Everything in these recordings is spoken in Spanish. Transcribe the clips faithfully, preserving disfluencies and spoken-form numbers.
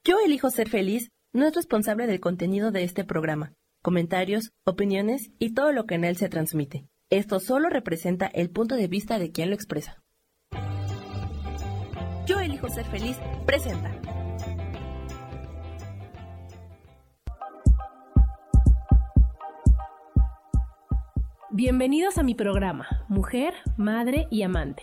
Yo elijo ser feliz no es responsable del contenido de este programa, comentarios, opiniones y todo lo que en él se transmite. Esto solo representa el punto de vista de quien lo expresa. Yo elijo ser feliz presenta. Bienvenidos a mi programa, Mujer, Madre y Amante.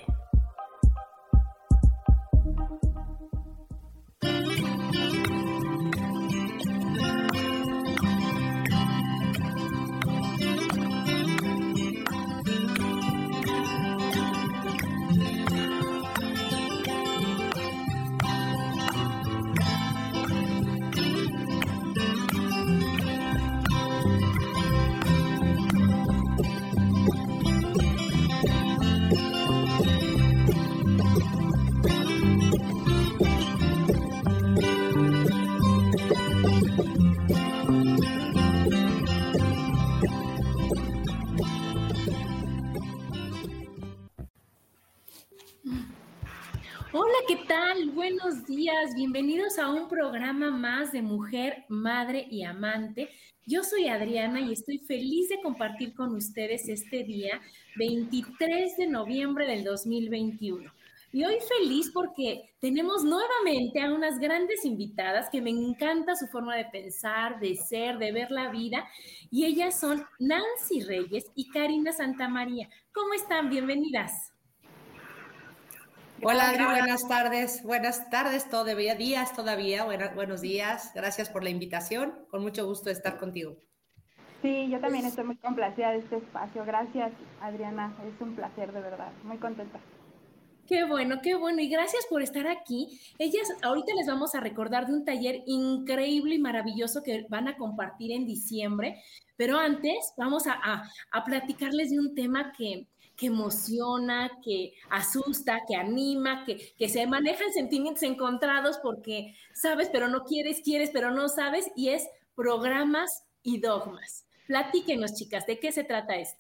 Hola, ¿qué tal? Buenos días, bienvenidos a un programa más de Mujer, Madre y Amante. Yo soy Adriana y estoy feliz de compartir con ustedes este día, veintitrés de noviembre del dos mil veintiuno. Y hoy feliz porque tenemos nuevamente a unas grandes invitadas que me encanta su forma de pensar, de ser, de ver la vida. Y ellas son Nancy Reyes y Karina Santamaría. ¿Cómo están? Bienvenidas. Hola Adri, buenas tardes, buenas tardes todavía, días todavía, buenas, buenos días, gracias por la invitación, con mucho gusto estar contigo. Sí, yo también estoy muy complacida de este espacio, gracias Adriana, es un placer de verdad, muy contenta. Qué bueno, qué bueno, y gracias por estar aquí. Ellas, ahorita les vamos a recordar de un taller increíble y maravilloso que van a compartir en diciembre, pero antes vamos a, a, a platicarles de un tema que... que emociona, que asusta, que anima, que, que se manejan sentimientos encontrados porque sabes, pero no quieres, quieres, pero no sabes, y es programas y dogmas. Platíquenos, chicas, ¿de qué se trata esto?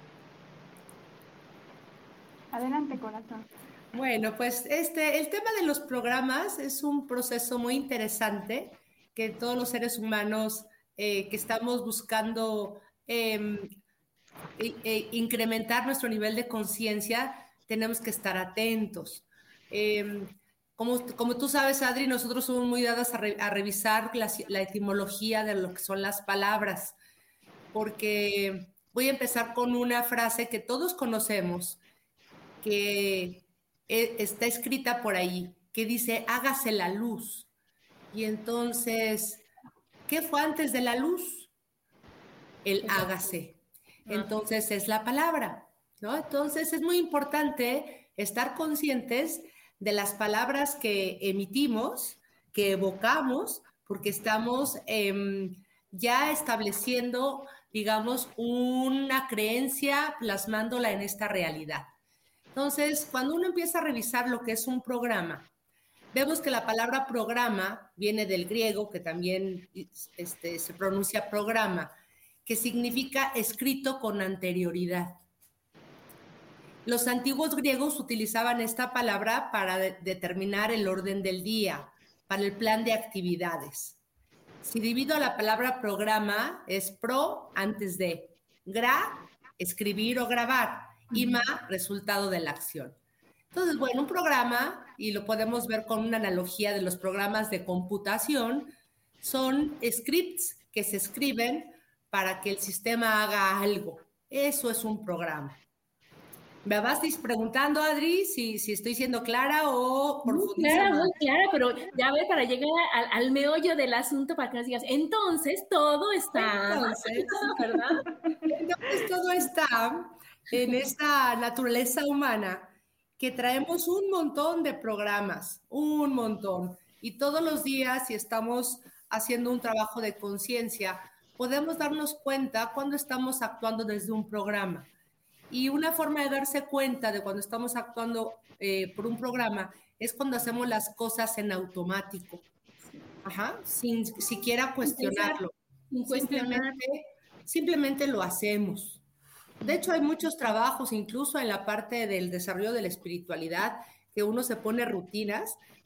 Adelante, corazón. Bueno, pues este, el tema de los programas es un proceso muy interesante que todos los seres humanos eh, que estamos buscando eh, E, e incrementar nuestro nivel de conciencia, tenemos que estar atentos. Eh, como, como tú sabes, Adri, nosotros somos muy dadas a, re, a revisar la, la etimología de lo que son las palabras, porque voy a empezar con una frase que todos conocemos, que e, está escrita por ahí, que dice, hágase la luz. Y entonces, ¿qué fue antes de la luz? El hágase. Entonces es la palabra, ¿no? Entonces es muy importante estar conscientes de las palabras que emitimos, que evocamos, porque estamos eh, ya estableciendo, digamos, una creencia, plasmándola en esta realidad. Entonces, cuando uno empieza a revisar lo que es un programa, vemos que la palabra programa viene del griego, que también este, se pronuncia programa, que significa escrito con anterioridad. Los antiguos griegos utilizaban esta palabra para de- determinar el orden del día, para el plan de actividades. Si divido la palabra programa, es pro antes de, gra, escribir o grabar, y ma, resultado de la acción. Entonces, bueno, un programa, y lo podemos ver con una analogía de los programas de computación, son scripts que se escriben para que el sistema haga algo. Eso es un programa. ¿Me vas preguntando, Adri, si, si estoy siendo clara o Muy clara, muy clara, pero ya ve, para llegar al, al meollo del asunto, para que nos digas, entonces todo está, entonces, ¿verdad? Entonces todo está en esta naturaleza humana que traemos un montón de programas, un montón. Y todos los días, si estamos haciendo un trabajo de conciencia, podemos darnos cuenta cuando estamos actuando desde un programa. Y una forma de darse cuenta de cuando estamos actuando eh, por un programa es cuando hacemos las cosas en automático, ajá, sin siquiera cuestionarlo. Sin cuestionar. Simplemente, simplemente lo hacemos. De hecho, hay muchos trabajos, incluso en la parte del desarrollo de la espiritualidad, que uno se pone rutinas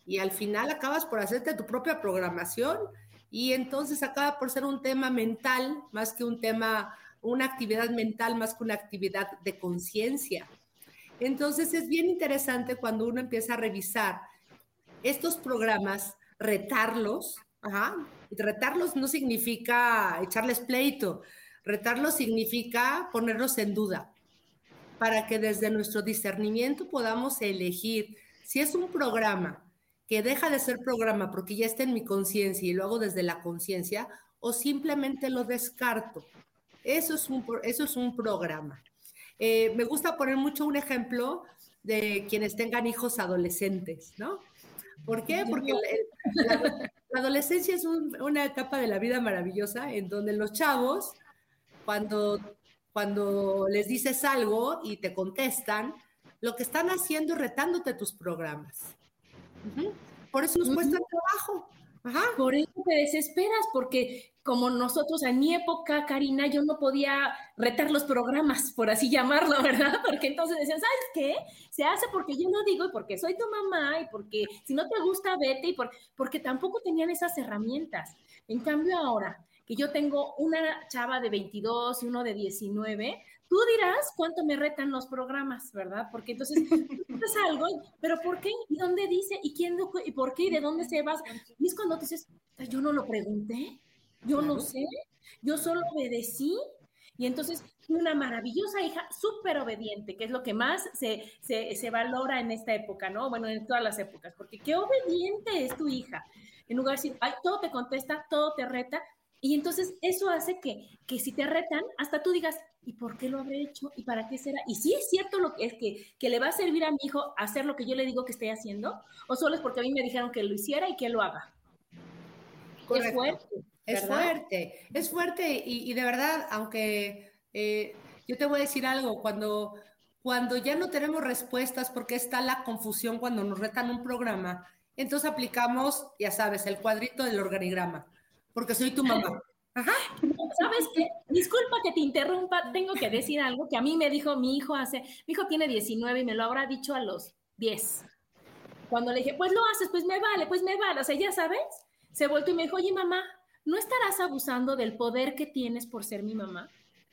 y al final acabas por hacerte tu propia programación y entonces acaba por ser un tema mental más que un tema, una actividad mental más que una actividad de conciencia. Entonces es bien interesante cuando uno empieza a revisar estos programas, retarlos. Ajá. Retarlos no significa echarles pleito, retarlos significa ponerlos en duda, para que desde nuestro discernimiento podamos elegir si es un programa que deja de ser programa porque ya está en mi conciencia y lo hago desde la conciencia, o simplemente lo descarto. Eso es un, eso es un programa. Eh, me gusta poner mucho un ejemplo de quienes tengan hijos adolescentes, ¿no? ¿Por qué? Porque la, la, la adolescencia es un, una etapa de la vida maravillosa en donde los chavos, cuando, cuando les dices algo y te contestan, lo que están haciendo es retándote tus programas. Uh-huh. Por eso nos cuesta trabajo. Ajá. Por eso te desesperas, porque como nosotros en mi época, Karina, yo no podía retar los programas, por así llamarlo, ¿verdad? Porque entonces decían, ¿sabes qué? Se hace porque yo no digo y porque soy tu mamá y porque si no te gusta, vete y por, porque tampoco tenían esas herramientas. En cambio ahora, que yo tengo una chava de veintidós y uno de diecinueve, tú dirás cuánto me retan los programas, ¿verdad? Porque entonces es algo, pero ¿por qué? ¿Y dónde dice? ¿Y quién? ¿Y por qué? ¿Y de dónde se vas? Y es cuando te dices, yo no lo pregunté, yo claro. no sé, yo solo obedecí. Y entonces fui una maravillosa hija, súper obediente, que es lo que más se, se, se valora en esta época, ¿no? Bueno, en todas las épocas, porque qué obediente es tu hija. En lugar de decir, ay, todo te contesta, todo te reta. Y entonces eso hace que, que si te retan, hasta tú digas, ¿y por qué lo habré hecho? ¿Y para qué será? ¿Y sí es cierto lo que es que, que le va a servir a mi hijo hacer lo que yo le digo que esté haciendo? ¿O solo es porque a mí me dijeron que lo hiciera y que lo haga? Correcto. Es fuerte. Es fuerte, es fuerte y, y de verdad, aunque eh, yo te voy a decir algo, cuando, cuando ya no tenemos respuestas porque está la confusión cuando nos retan un programa, entonces aplicamos, ya sabes, el cuadrito del organigrama. Porque soy tu mamá. Ajá. ¿Sabes qué? Disculpa que te interrumpa, tengo que decir algo que a mí me dijo mi hijo hace, mi hijo tiene diecinueve y me lo habrá dicho a los diez. Cuando le dije, pues lo haces, pues me vale, pues me vale, o sea, ya sabes, se volvió y me dijo, oye mamá, ¿no estarás abusando del poder que tienes por ser mi mamá?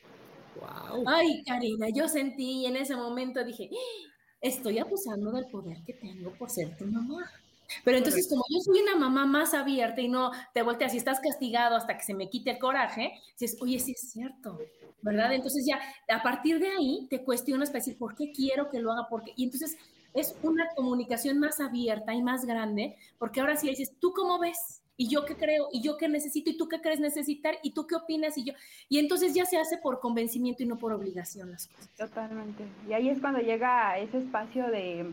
Wow. Ay, Karina, yo sentí y en ese momento dije, estoy abusando del poder que tengo por ser tu mamá. Pero entonces, como yo soy una mamá más abierta y no te volteas y estás castigado hasta que se me quite el coraje, dices, oye, sí es cierto, ¿verdad? Entonces ya, a partir de ahí, te cuestionas para decir, ¿por qué quiero que lo haga? ¿Por qué? Y entonces es una comunicación más abierta y más grande, porque ahora sí dices, ¿tú cómo ves? ¿Y yo qué creo? ¿Y yo qué necesito? ¿Y tú qué crees necesitar? ¿Y tú qué opinas? Y yo, y entonces ya se hace por convencimiento y no por obligación las cosas. Totalmente. Y ahí es cuando llega ese espacio de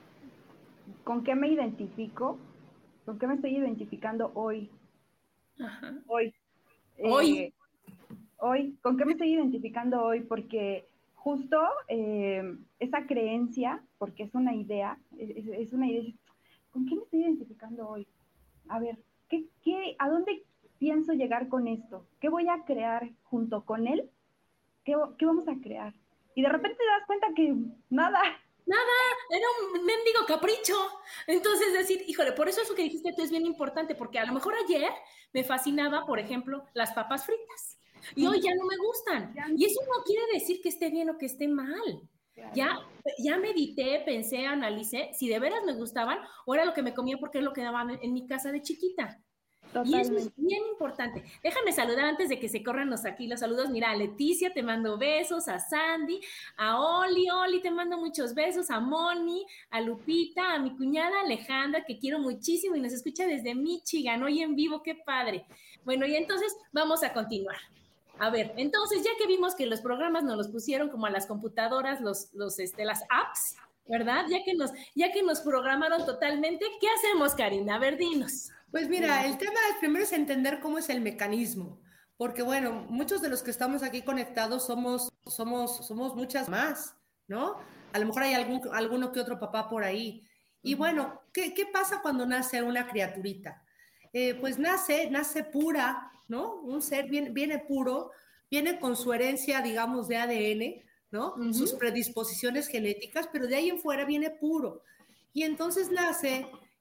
¿con qué me identifico? ¿Con qué me estoy identificando hoy? Ajá. Hoy. Hoy. Eh, hoy. ¿Con qué me estoy identificando hoy? Porque justo eh, esa creencia, porque es una idea, es, es una idea, ¿con qué me estoy identificando hoy? A ver, ¿qué, qué, ¿a dónde pienso llegar con esto? ¿Qué voy a crear junto con él? ¿Qué, qué vamos a crear? Y de repente te das cuenta que nada. Nada, era un mendigo capricho. Entonces decir, híjole, por eso eso que dijiste tú es bien importante, porque a lo mejor ayer me fascinaba, por ejemplo, las papas fritas. Y hoy ya no me gustan. Y eso no quiere decir que esté bien o que esté mal. Ya, ya medité, pensé, analicé si de veras me gustaban o era lo que me comía porque es lo que daban en mi casa de chiquita. Totalmente. Y eso es bien importante. Déjame saludar antes de que se corran los aquí los saludos. Mira, a Leticia te mando besos, a Sandy, a Oli, Oli te mando muchos besos, a Moni, a Lupita, a mi cuñada Alejandra, que quiero muchísimo y nos escucha desde Michigan, hoy en vivo, qué padre. Bueno, y entonces vamos a continuar. A ver, entonces ya que vimos que los programas nos los pusieron como a las computadoras, los, los, este, las apps, ¿verdad? Ya que nos, ya que nos programaron totalmente, ¿qué hacemos, Karina? A ver, dinos. Pues mira, el tema primero es entender cómo es el mecanismo, porque bueno, muchos de los que estamos aquí conectados somos, somos, somos muchas más, ¿no? A lo mejor hay algún, alguno que otro papá por ahí. Y bueno, ¿qué, qué pasa cuando nace una criaturita? Eh, pues nace, nace pura, ¿no? Un ser viene, viene puro, viene con su herencia, digamos, de A D N, ¿no? Uh-huh. Sus predisposiciones genéticas, pero de ahí en fuera viene puro. Y entonces nace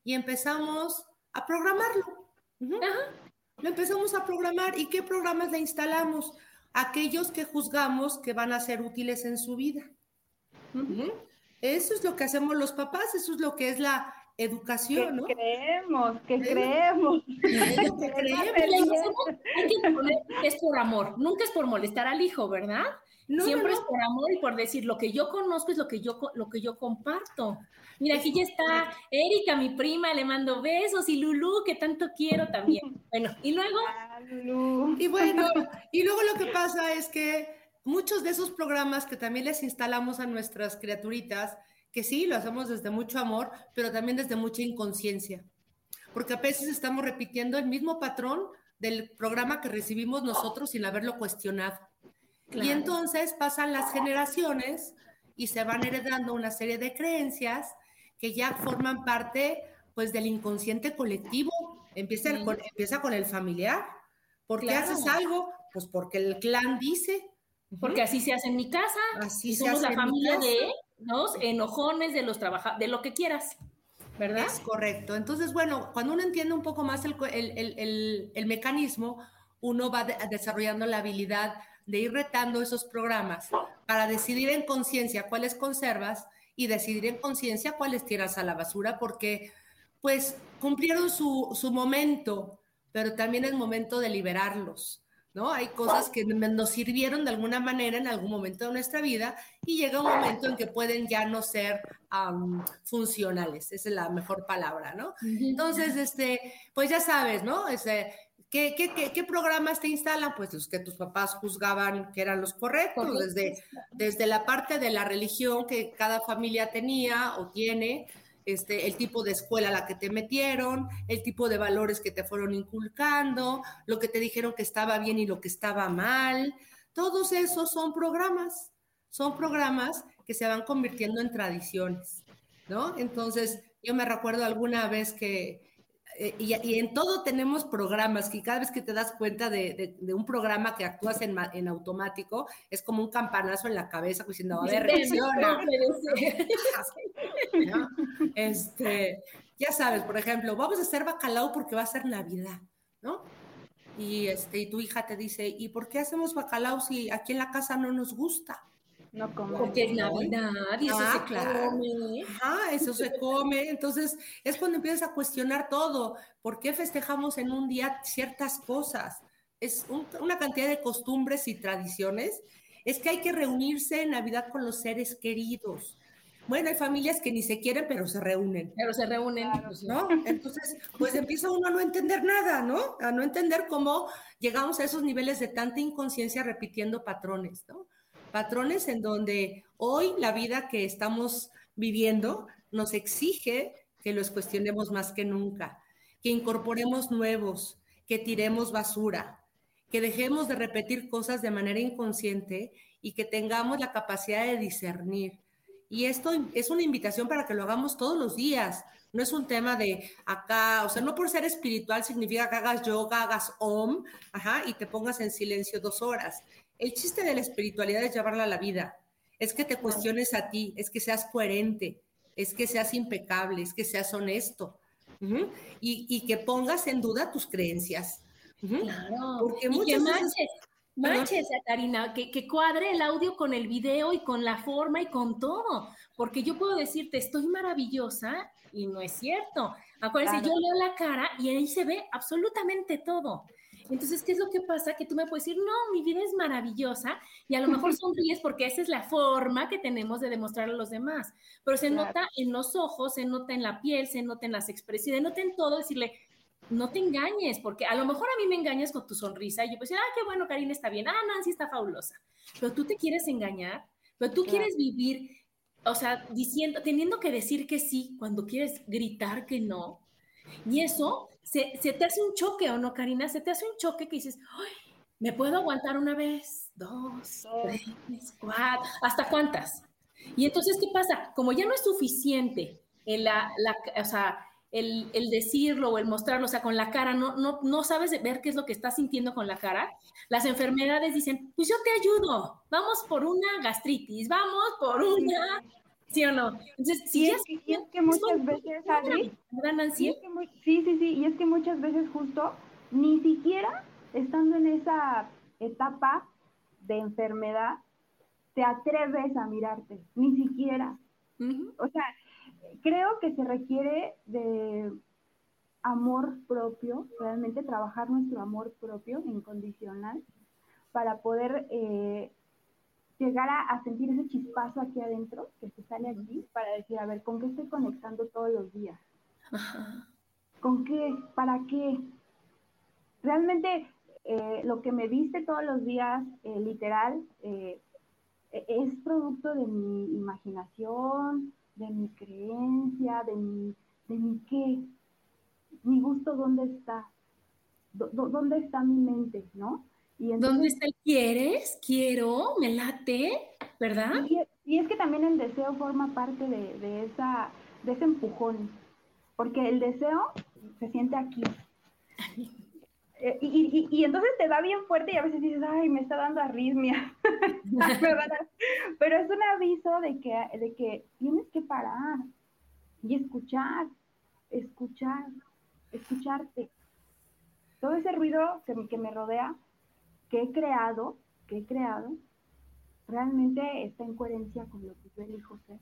y empezamos a programarlo. Uh-huh. Ajá. Lo empezamos a programar. ¿Y qué programas le instalamos? Aquellos que juzgamos que van a ser útiles en su vida. Uh-huh. Eso es lo que hacemos los papás, eso es lo que es la educación, ¿no? Que creemos, que ¿Eh? creemos. Es lo que creemos. Hay que poner que es por amor, nunca es por molestar al hijo, ¿verdad? No, Siempre no, no. es por amor y por decir, lo que yo conozco es lo que yo, lo que yo comparto. Mira, aquí ya está Erika, mi prima, le mando besos, y Lulú, que tanto quiero también. Bueno, y luego... Ah, Lulú. Y bueno, y luego lo que pasa es que muchos de esos programas que también les instalamos a nuestras criaturitas, que sí, lo hacemos desde mucho amor, pero también desde mucha inconsciencia. Porque a veces estamos repitiendo el mismo patrón del programa que recibimos nosotros sin haberlo cuestionado. Claro. Y entonces pasan las generaciones y se van heredando una serie de creencias que ya forman parte, pues, del inconsciente colectivo. Empieza, sí. el, con, empieza con el familiar. ¿Por qué claro. haces algo? Pues porque el clan dice. Porque así se hace en mi casa. Así y se somos hace la familia de los enojones, de los trabajadores, de lo que quieras. ¿Verdad? Es correcto. Entonces, bueno, cuando uno entiende un poco más el, el, el, el, el mecanismo, uno va de, desarrollando la habilidad de ir retando esos programas para decidir en conciencia cuáles conservas y decidir en conciencia cuáles tiras a la basura, porque pues cumplieron su, su momento, pero también es momento de liberarlos, ¿no? Hay cosas que nos sirvieron de alguna manera en algún momento de nuestra vida y llega un momento en que pueden ya no ser um, funcionales, esa es la mejor palabra, ¿no? Entonces, este, pues ya sabes, ¿no? Ese, ¿Qué, qué, qué, ¿Qué programas te instalan? Pues los que tus papás juzgaban que eran los correctos, Correcto. desde, desde la parte de la religión que cada familia tenía o tiene, este, el tipo de escuela a la que te metieron, el tipo de valores que te fueron inculcando, lo que te dijeron que estaba bien y lo que estaba mal. Todos esos son programas, son programas que se van convirtiendo en tradiciones, ¿no? Entonces, yo me recuerdo alguna vez que Eh, y, y en todo tenemos programas que cada vez que te das cuenta de, de, de un programa que actúas en, en automático, es como un campanazo en la cabeza diciendo, a ver, reacciona. ¿No? Este, ya sabes, por ejemplo, vamos a hacer bacalao porque va a ser Navidad, ¿no? Y, este, y tu hija te dice, ¿y por qué hacemos bacalao si aquí en la casa no nos gusta? No como porque es Navidad y eso ah, se claro. come. Ajá, eso se come. Entonces es cuando empiezas a cuestionar todo. ¿Por qué festejamos en un día ciertas cosas? Es un, una cantidad de costumbres y tradiciones. Es que hay que reunirse en Navidad con los seres queridos. Bueno, hay familias que ni se quieren, pero se reúnen. Pero se reúnen, claro, ¿no? Entonces, pues empieza uno a no entender nada, ¿no? A no entender cómo llegamos a esos niveles de tanta inconsciencia repitiendo patrones, ¿no? Patrones en donde hoy la vida que estamos viviendo nos exige que los cuestionemos más que nunca, que incorporemos nuevos, que tiremos basura, que dejemos de repetir cosas de manera inconsciente y que tengamos la capacidad de discernir. Y esto es una invitación para que lo hagamos todos los días. No es un tema de acá, o sea, no por ser espiritual significa que hagas yoga, hagas om, ajá, y te pongas en silencio dos horas. El chiste de la espiritualidad es llevarla a la vida. Es que te cuestiones a ti, es que seas coherente, es que seas impecable, es que seas honesto. Uh-huh. y, y que pongas en duda tus creencias. Uh-huh. Claro. Porque y muchas que veces... manches, manches, Karina, que, que cuadre el audio con el video y con la forma y con todo. Porque yo puedo decirte, estoy maravillosa y no es cierto. Acuérdense, claro. Yo leo la cara y ahí se ve absolutamente todo. Entonces, ¿qué es lo que pasa? Que tú me puedes decir, no, mi vida es maravillosa, y a lo mejor sonríes porque esa es la forma que tenemos de demostrarle a los demás, pero se claro. nota en los ojos, se nota en la piel, se nota en las expresiones, se nota en todo, decirle, no te engañes, porque a lo mejor a mí me engañas con tu sonrisa, y yo puedo decir, ah, qué bueno, Karina está bien, ah, Nancy está fabulosa, pero tú te quieres engañar, pero tú claro. quieres vivir, o sea, diciendo, teniendo que decir que sí, cuando quieres gritar que no, y eso... Se, se te hace un choque, ¿o no, Karina? Se te hace un choque que dices, ¡ay! ¿Me puedo aguantar una vez, dos, tres, cuatro? ¿Hasta cuántas? Y entonces, ¿qué pasa? Como ya no es suficiente el, la, la, o sea, el, el decirlo o el mostrarlo, o sea, con la cara, no, no, no sabes ver qué es lo que estás sintiendo con la cara. Las enfermedades dicen, pues yo te ayudo, vamos por una gastritis, vamos por una... ¿Sí o no? Entonces, si y, ya es que, y es que muchas veces, Adri, ¿verdad, Nancy? y es que muy, sí, sí, sí, y es que muchas veces justo ni siquiera estando en esa etapa de enfermedad te atreves a mirarte, ni siquiera. Uh-huh. O sea, creo que se requiere de amor propio, realmente trabajar nuestro amor propio incondicional para poder eh, llegar a, a sentir ese chispazo aquí adentro que se sale aquí para decir, a ver, ¿con qué estoy conectando todos los días? Ajá. ¿Con qué? ¿Para qué? Realmente eh, lo que me viste todos los días, eh, literal, eh, es producto de mi imaginación, de mi creencia, de mi, de mi qué, mi gusto dónde está, D- dónde está mi mente, ¿no? Y entonces, ¿Dónde está el quieres? Quiero, me late, ¿verdad? y, y es que también el deseo forma parte de, de, esa, de ese empujón, porque el deseo se siente aquí. Eh, y, y, y entonces te da bien fuerte y a veces dices, ay, me está dando arritmia. Me va a dar. Pero es un aviso de que, de que tienes que parar y escuchar, escuchar, escucharte. Todo ese ruido que, que me rodea, que he creado, que he creado, realmente está en coherencia con lo que yo elijo ser.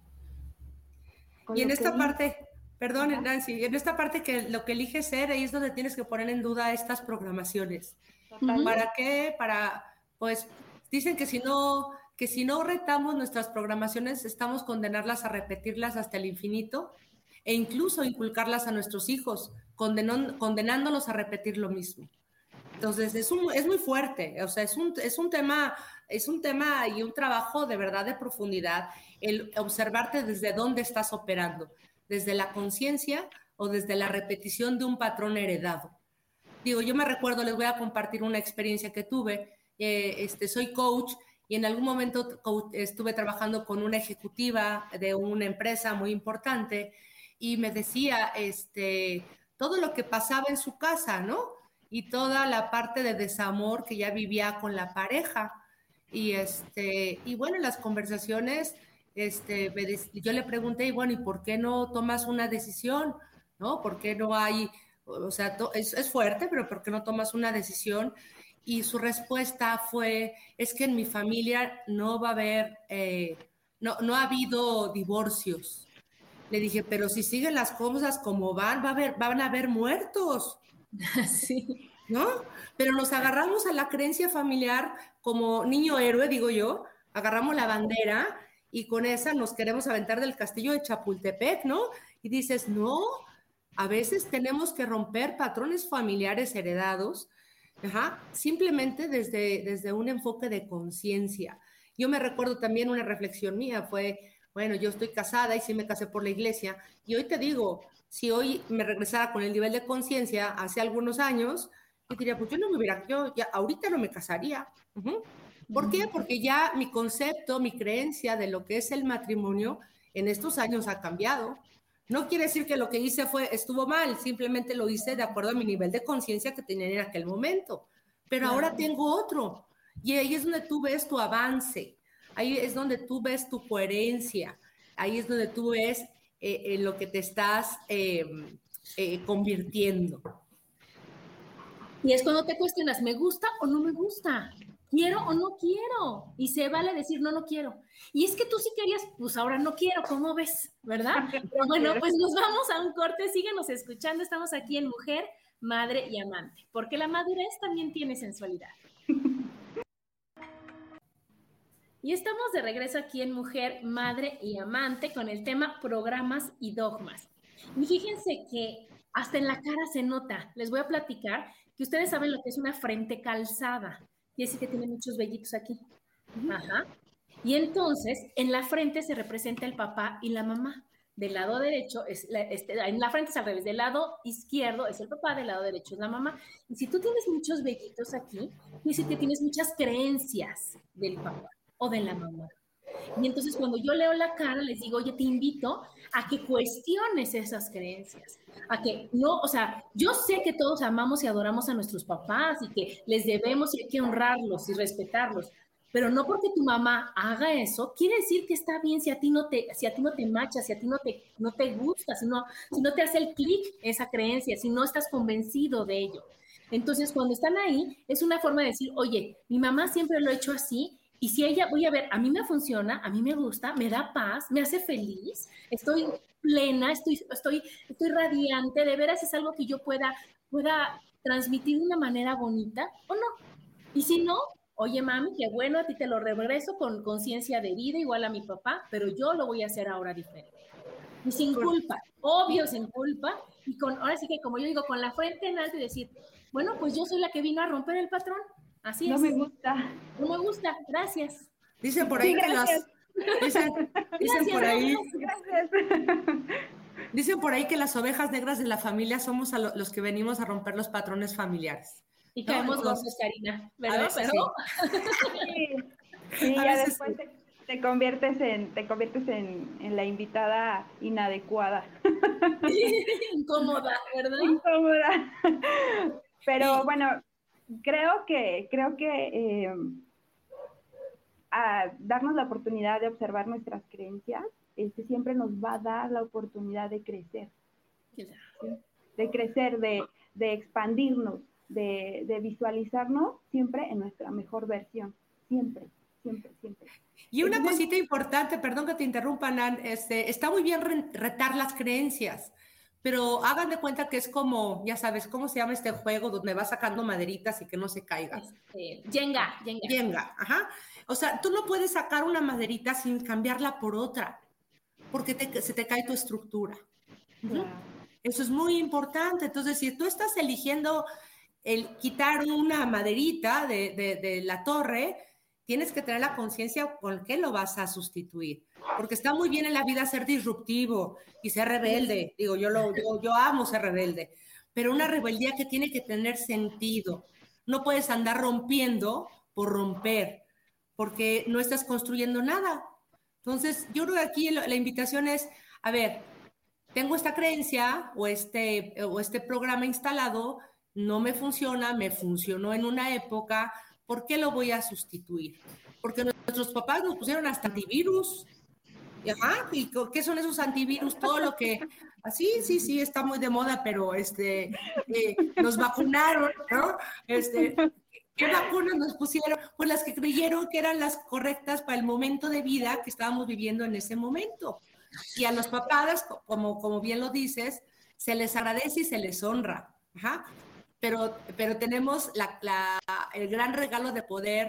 Con Y en lo esta que parte, perdón, Ajá. Nancy, en esta parte que lo que eliges ser, ahí es donde tienes que poner en duda estas programaciones. Totalmente. ¿Para qué? Para, pues, dicen que si no, que si no retamos nuestras programaciones, estamos condenarlas a repetirlas hasta el infinito e incluso inculcarlas a nuestros hijos, condenon, condenándolos a repetir lo mismo. Entonces, es, un, es muy fuerte, o sea, es un, es un tema, es un tema y un trabajo de verdad de profundidad, el observarte desde dónde estás operando, desde la conciencia o desde la repetición de un patrón heredado. Digo, yo me recuerdo, les voy a compartir una experiencia que tuve, eh, este, soy coach y en algún momento coach, estuve trabajando con una ejecutiva de una empresa muy importante y me decía, este, todo lo que pasaba en su casa, ¿no? Y toda la parte de desamor que ya vivía con la pareja. Y, este, y bueno, en las conversaciones, este, me de, yo le pregunté, y bueno, ¿y por qué no tomas una decisión? ¿No? ¿Por qué no hay, o sea, to, es, es fuerte, pero ¿por qué no tomas una decisión? Y su respuesta fue, es que en mi familia no va a haber, eh, no, no ha habido divorcios. Le dije, pero si siguen las cosas como van, va a haber, van a haber muertos. Sí. ¿No? Pero nos agarramos a la creencia familiar como niño héroe, digo yo, agarramos la bandera y con esa nos queremos aventar del castillo de Chapultepec, ¿no? Y dices, no, a veces tenemos que romper patrones familiares heredados, ajá, simplemente desde, desde un enfoque de conciencia. Yo me recuerdo también una reflexión mía, fue, bueno, yo estoy casada y sí me casé por la iglesia, y hoy te digo, si hoy me regresara con el nivel de conciencia hace algunos años, yo diría, pues yo no me hubiera, yo ya ahorita no me casaría. Uh-huh. ¿Por qué? Porque ya mi concepto, mi creencia de lo que es el matrimonio en estos años ha cambiado. No quiere decir que lo que hice fue, estuvo mal, simplemente lo hice de acuerdo a mi nivel de conciencia que tenía en aquel momento. Pero claro, ahora tengo otro. Y ahí es donde tú ves tu avance, ahí es donde tú ves tu coherencia, ahí es donde tú ves eh, eh, lo que te estás eh, eh, convirtiendo. Y es cuando te cuestionas, ¿me gusta o no me gusta? ¿Quiero o no quiero? Y se vale decir, no, no quiero. Y es que tú sí querías, pues ahora no quiero, ¿cómo ves? ¿Verdad? Pero bueno, pues nos vamos a un corte, síguenos escuchando, estamos aquí en Mujer, Madre y Amante, porque la madurez también tiene sensualidad. Y estamos de regreso aquí en Mujer, Madre y Amante con el tema programas y dogmas. Y fíjense que hasta en la cara se nota. Les voy a platicar que ustedes saben lo que es una frente calzada. Quiere decir que tiene muchos vellitos aquí. Ajá. Y entonces, en la frente se representa el papá y la mamá. Del lado derecho, es la, este, en la frente es al revés. Del lado izquierdo es el papá, del lado derecho es la mamá. Y si tú tienes muchos vellitos aquí, quiere decir que tienes muchas creencias del papá o de la mamá. Y entonces cuando yo leo la cara, les digo, oye, te invito a que cuestiones esas creencias, a que no, o sea, yo sé que todos amamos y adoramos a nuestros papás y que les debemos y hay que honrarlos y respetarlos, Pero no porque tu mamá haga eso, quiere decir que está bien si a ti no te, si a ti no te macha, si a ti no te, no te gusta, si no, si no te hace el clic esa creencia, si no estás convencido de ello. Entonces, cuando están ahí, es una forma de decir, oye, mi mamá siempre lo ha hecho así, y si ella, voy a ver, a mí me funciona, a mí me gusta, me da paz, me hace feliz, estoy plena, estoy, estoy, estoy radiante, de veras es algo que yo pueda, pueda transmitir de una manera bonita, ¿o no? Y si no, oye, mami, qué bueno, a ti te lo regreso con conciencia de vida, igual a mi papá, pero yo lo voy a hacer ahora diferente. Y sin culpa, obvio sin culpa, y con, ahora sí que como yo digo, con la frente en alto y decir, bueno, pues yo soy la que vino a romper el patrón, así no es. No me gusta. No me gusta, gracias. Dicen por ahí sí, que las... Dicen, dicen por ahí... Gracias. Dicen por ahí que las ovejas negras de la familia somos a lo, los que venimos a romper los patrones familiares. Y caemos ¿no? gordos, Karina, ¿verdad? Pero... Sí, sí ya después sí. te, te conviertes, en, te conviertes en, en la invitada inadecuada. Incómoda, ¿verdad? Incómoda. Pero sí. bueno, creo que, creo que eh, a darnos la oportunidad de observar nuestras creencias, este, siempre nos va a dar la oportunidad de crecer. ¿sí? De crecer, de, de expandirnos. De, de visualizarnos siempre en nuestra mejor versión, siempre, siempre, siempre. Y una Entonces, cosita importante, perdón que te interrumpa, Nan, este, está muy bien re retar las creencias, pero hagan de cuenta que es como, ya sabes, ¿cómo se llama este juego donde vas sacando maderitas y que no se caiga? Este, Jenga, Jenga. Jenga, ajá. O sea, tú no puedes sacar una maderita sin cambiarla por otra, porque te, se te cae tu estructura. Wow. Eso es muy importante. Entonces, si tú estás eligiendo el quitar una maderita de, de, de la torre, tienes que tener la conciencia con qué lo vas a sustituir. Porque está muy bien en la vida ser disruptivo y ser rebelde. Digo, yo, lo, yo, yo amo ser rebelde. Pero una rebeldía que tiene que tener sentido. No puedes andar rompiendo por romper, porque no estás construyendo nada. Entonces, yo creo que aquí la, la invitación es, a ver, tengo esta creencia o este, o este programa instalado, no me funciona, me funcionó en una época, ¿por qué lo voy a sustituir? Porque nuestros papás nos pusieron hasta antivirus. Ajá, ¿y qué son esos antivirus? Todo lo que, así, sí, sí, está muy de moda, pero este, eh, nos vacunaron, ¿no? Este, ¿qué vacunas nos pusieron? Pues las que creyeron que eran las correctas para el momento de vida que estábamos viviendo en ese momento. Y a los papás, como, como bien lo dices, se les agradece y se les honra. Ajá. Pero, pero tenemos la, la, el gran regalo de poder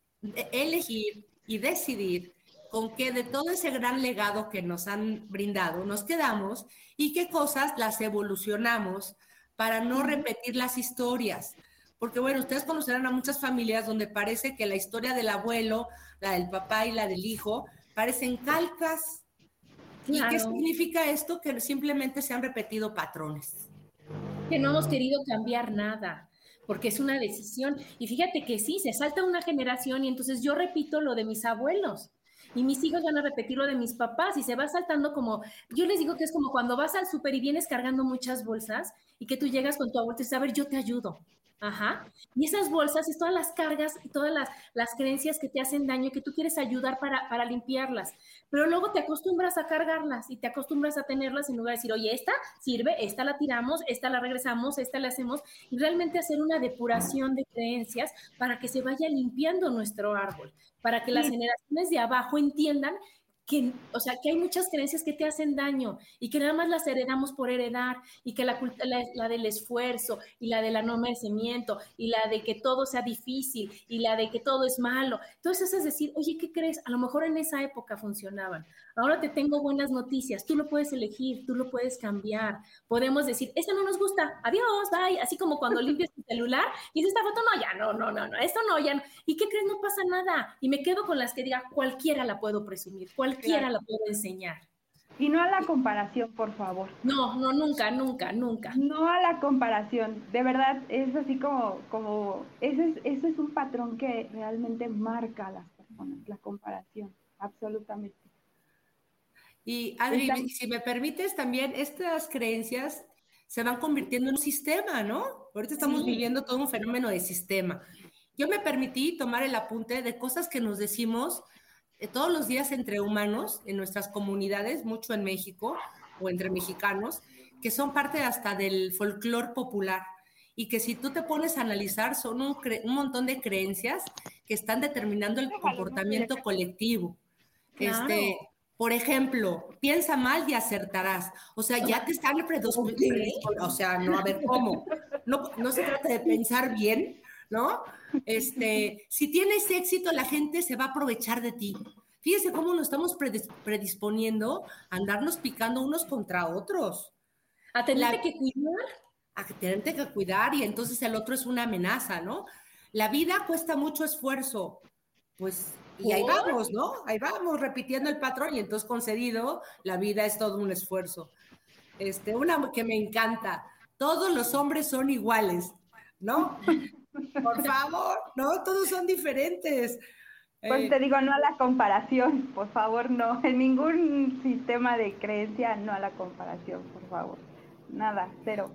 elegir y decidir con qué de todo ese gran legado que nos han brindado nos quedamos y qué cosas las evolucionamos para no repetir las historias. Porque bueno, ustedes conocerán a muchas familias donde parece que la historia del abuelo, la del papá y la del hijo parecen calcas. Claro. ¿Y qué significa esto? Que simplemente se han repetido patrones. Que no hemos querido cambiar nada, porque es una decisión. Y fíjate que sí, se salta una generación y entonces yo repito lo de mis abuelos y mis hijos van a repetir lo de mis papás y se va saltando como, yo les digo que es como cuando vas al súper y vienes cargando muchas bolsas y que tú llegas con tu abuelo y dices, a ver, yo te ayudo. Ajá. Y esas bolsas es todas las cargas y todas las, las creencias que te hacen daño y que tú quieres ayudar para, para limpiarlas. Pero luego te acostumbras a cargarlas y te acostumbras a tenerlas en lugar de decir, oye, esta sirve, esta la tiramos, esta la regresamos, esta la hacemos, y realmente hacer una depuración de creencias para que se vaya limpiando nuestro árbol, para que sí. las generaciones de abajo entiendan que, o sea, que hay muchas creencias que te hacen daño y que nada más las heredamos por heredar y que la, la, la del esfuerzo y la del no merecimiento y la de que todo sea difícil y la de que todo es malo. Entonces es decir, oye, ¿qué crees? A lo mejor en esa época funcionaban. Ahora te tengo buenas noticias. Tú lo puedes elegir, tú lo puedes cambiar. Podemos decir, esta no nos gusta, adiós, bye. Así como cuando limpias tu celular y dices, esta foto no, ya no, no, no, no, esto no, ya no. ¿Y qué crees? No pasa nada. Y me quedo con las que diga, cualquiera la puedo presumir, cualquiera Cualquiera la puedo enseñar. Y no a la comparación, por favor. No, no, nunca, nunca, nunca. No a la comparación. De verdad, es así como, como ese es, ese es un patrón que realmente marca a las personas, la comparación, absolutamente. Y Adri, Está... si me permites, también estas creencias se van convirtiendo en un sistema, ¿no? Ahorita estamos sí. viviendo todo un fenómeno de sistema. yo me permití tomar el apunte de cosas que nos decimos eh, todos los días entre humanos, en nuestras comunidades, mucho en México, o entre mexicanos, que son parte hasta del folclore popular, y que si tú te pones a analizar, son un, cre- un montón de creencias que están determinando el comportamiento colectivo. Claro. Este, por ejemplo, piensa mal y acertarás. O sea, ya te están predisponiendo. O sea, no, a ver, ¿cómo? No, no se trata de pensar bien, ¿no? Este, si tienes éxito, la gente se va a aprovechar de ti. Fíjese cómo nos estamos predis- predisponiendo a andarnos picando unos contra otros. A tenerte La- que cuidar. A tenerte que cuidar y entonces el otro es una amenaza, ¿no? La vida cuesta mucho esfuerzo, pues, y ahí ¿Por? vamos, ¿no? Ahí vamos repitiendo el patrón y entonces concedido, la vida es todo un esfuerzo. Este, una que me encanta, todos los hombres son iguales, ¿no? Por favor, ¿no? Todos son diferentes. Pues Eh, te digo, no a la comparación, por favor, no. En ningún sistema de creencia, no a la comparación, por favor. Nada, cero.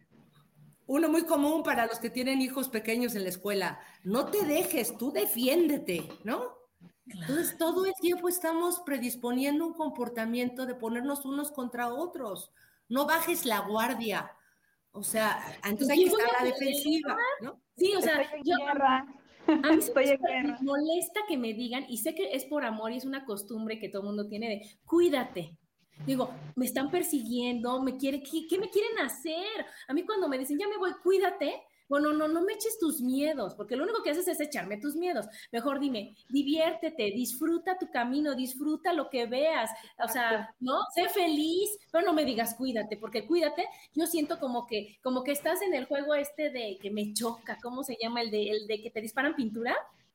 Uno muy común para los que tienen hijos pequeños en la escuela, no te dejes, tú defiéndete, ¿no? Entonces, todo el tiempo estamos predisponiendo un comportamiento de ponernos unos contra otros. No bajes la guardia. O sea, entonces hay que estar a la defensiva, ¿no? Sí, o sea, Estoy en yo, guerra. a mí se Estoy me en guerra. molesta que me digan, y sé que es por amor y es una costumbre que todo el mundo tiene de, cuídate. Digo, me están persiguiendo, me quiere, ¿qué, qué me quieren hacer? A mí cuando me dicen, ya me voy, cuídate, bueno, no, no me eches tus miedos, porque lo único que haces es echarme tus miedos. Mejor dime, diviértete, disfruta tu camino, disfruta lo que veas, o sea, ¿no? Sé feliz, pero no me digas cuídate, porque cuídate, yo siento como que, como que estás en el juego este de que me choca, ¿cómo se llama? El de, el de que te disparan pintura,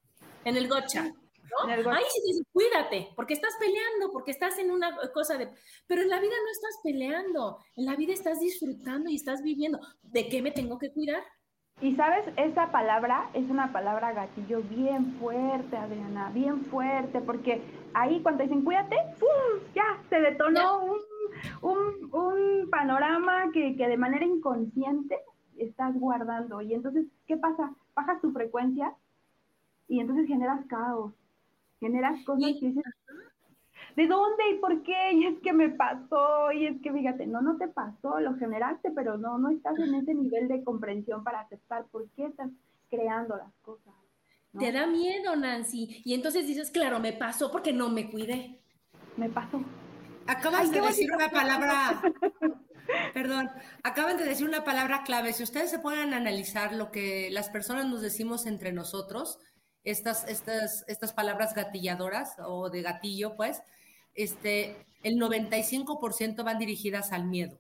en el gotcha. ¿No? En el gotcha. Ahí sí dices, cuídate, porque estás peleando, porque estás en una cosa de... Pero en la vida no estás peleando, en la vida estás disfrutando y estás viviendo. ¿De qué me tengo que cuidar? Y sabes, esa palabra es una palabra gatillo bien fuerte, Adriana, bien fuerte, porque ahí cuando dicen cuídate, ¡pum! Ya se detonó un, un, un panorama que, que de manera inconsciente estás guardando. Y entonces, ¿qué pasa? Bajas tu frecuencia y entonces generas caos, generas cosas Y- que dices, ¿de dónde y por qué? Y es que me pasó, y es que fíjate, no, no te pasó, lo generaste, pero no, no estás en ese nivel de comprensión para aceptar por qué estás creando las cosas, ¿no? Te da miedo, Nancy. Y entonces dices, claro, me pasó porque no me cuidé. Me pasó. Acabas Ay, de qué decir bonito. una palabra, perdón, acaban de decir una palabra clave. Si ustedes se pueden analizar lo que las personas nos decimos entre nosotros, estas, estas, estas palabras gatilladoras o de gatillo, pues, este, el noventa y cinco por ciento van dirigidas al miedo.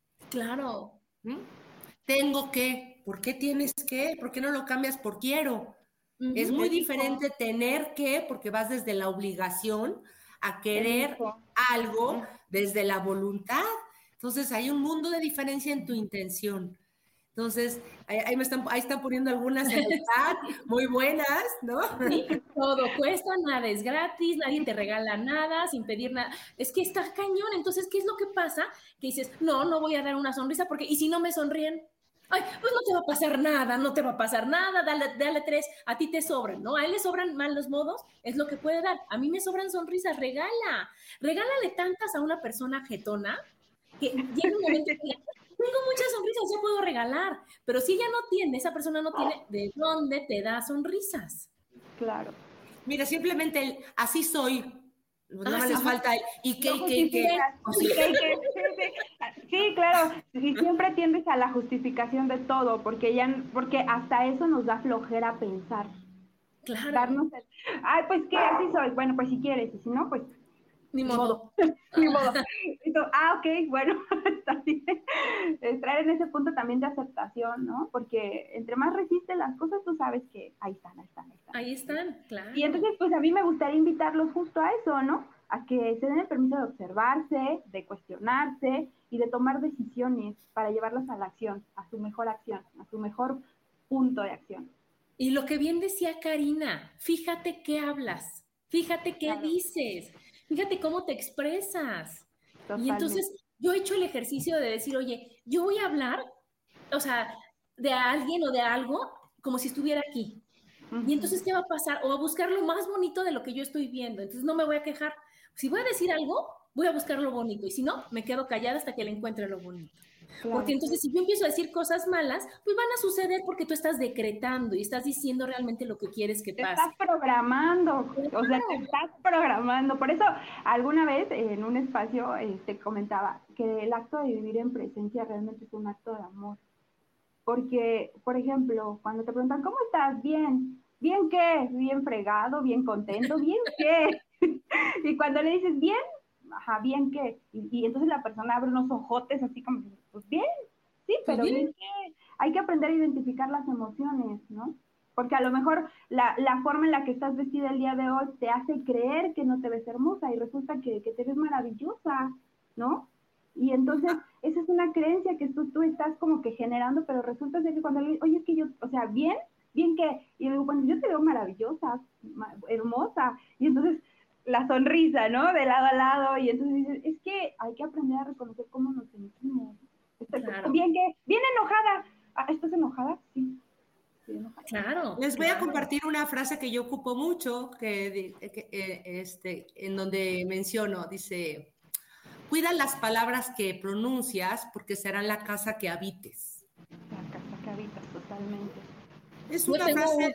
Claro. ¿Mm? Tengo que, ¿por qué tienes que? ¿Por qué no lo cambias por quiero? Uh-huh. Es muy Elijo. diferente tener que, porque vas desde la obligación a querer Elijo. algo desde la voluntad. Entonces hay un mundo de diferencia en tu intención. Entonces, ahí, ahí me están, ahí están poniendo algunas en el chat, muy buenas, ¿no? Sí, todo cuesta, nada es gratis, nadie te regala nada, sin pedir nada. Es que está cañón. Entonces, ¿qué es lo que pasa? Que dices, no, no voy a dar una sonrisa porque, ¿y si no me sonríen? Ay, pues no te va a pasar nada, no te va a pasar nada, dale, dale tres, a ti te sobran, ¿no? A él le sobran malos modos, es lo que puede dar. A mí me sobran sonrisas, regala. Regálale tantas a una persona jetona que llega un momento que tengo muchas sonrisas, ya puedo regalar, pero si ella no tiene, esa persona no tiene, ¿de dónde te da sonrisas? Claro. Mira, simplemente el así soy. Nada Ah, más sí. les falta el y qué, No y qué, y qué. justificas. O sea, Sí, que- sí, sí. Sí, claro. Y siempre tiendes a la justificación de todo, porque ya, porque hasta eso nos da flojera pensar. Claro, Darnos el, ay, pues que así soy. Bueno, pues si quieres, y si no, pues ni ni modo. modo. Ni modo. Y tú, ah, ok, bueno, está bien. Entrar en ese punto también de aceptación, ¿no? Porque entre más resisten las cosas, tú sabes que ahí están, ahí están, ahí están. Ahí están, claro. Y entonces, pues a mí me gustaría invitarlos justo a eso, ¿no? A que se den el permiso de observarse, de cuestionarse y de tomar decisiones para llevarlas a la acción, a su mejor acción, a su mejor punto de acción. Y lo que bien decía Karina, fíjate qué hablas, fíjate qué Claro. dices, fíjate cómo te expresas. Totalmente. Y entonces yo he hecho el ejercicio de decir, oye, yo voy a hablar, o sea, de alguien o de algo como si estuviera aquí. Uh-huh. Y entonces, ¿qué va a pasar? O a buscar lo más bonito de lo que yo estoy viendo. Entonces, no me voy a quejar. Si voy a decir algo, voy a buscar lo bonito. Y si no, me quedo callada hasta que le encuentre lo bonito. Claro. Porque entonces, si yo empiezo a decir cosas malas, pues van a suceder porque tú estás decretando y estás diciendo realmente lo que quieres que te pase. Te estás programando, claro. O sea, te estás programando. Por eso, alguna vez en un espacio eh, te comentaba que el acto de vivir en presencia realmente es un acto de amor. Porque, por ejemplo, cuando te preguntan, ¿cómo estás? Bien. ¿Bien qué? Bien fregado, bien contento, ¿bien qué? Y cuando le dices, ¿bien? Ajá, ¿bien qué? Y, y entonces la persona abre unos ojotes así como, pues bien, sí, pero pues bien. bien qué. Hay que aprender a identificar las emociones, ¿no? Porque a lo mejor la, la forma en la que estás vestida el día de hoy te hace creer que no te ves hermosa y resulta que, que te ves maravillosa, ¿no? Y entonces, esa es una creencia que tú, tú estás como que generando, pero resulta ser que cuando le dices, oye, es que yo, o sea, ¿bien? ¿Bien qué? Y luego, bueno, yo te veo maravillosa, hermosa. Y entonces, la sonrisa, ¿no? De lado a lado. Y entonces dices, es que hay que aprender a reconocer cómo nos sentimos. Claro. ¿Bien qué? ¿Bien enojada? Ah, ¿estás enojada? Sí. Claro. Les voy claro. a compartir una frase que yo ocupo mucho, que, que eh, este, en donde menciono, dice, cuida las palabras que pronuncias porque serán la casa que habites. La casa que habitas, totalmente. Es una tengo... frase,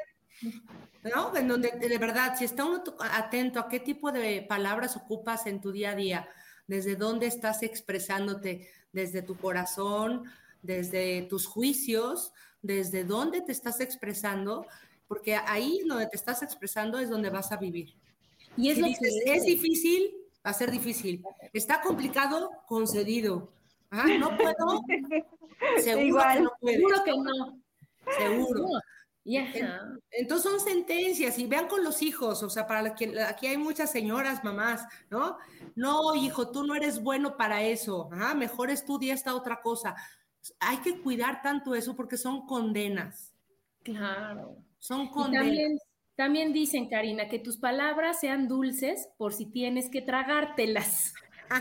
¿no? En donde de verdad, si está uno atento a qué tipo de palabras ocupas en tu día a día, desde dónde estás expresándote, desde tu corazón, desde tus juicios, desde dónde te estás expresando, porque ahí donde te estás expresando es donde vas a vivir. Y es si lo dices, que es difícil, va a ser difícil. Está complicado, concedido. Ah, no puedo, seguro Igual. que no puedes. Seguro que no. Seguro. No. Yeah. Entonces son sentencias y vean con los hijos, o sea, para que aquí hay muchas señoras, mamás, ¿no? No, hijo, tú no eres bueno para eso, ajá, mejor estudia esta otra cosa. Hay que cuidar tanto eso porque son condenas. Claro. Son condenas. Y también, también dicen, Karina, que tus palabras sean dulces por si tienes que tragártelas.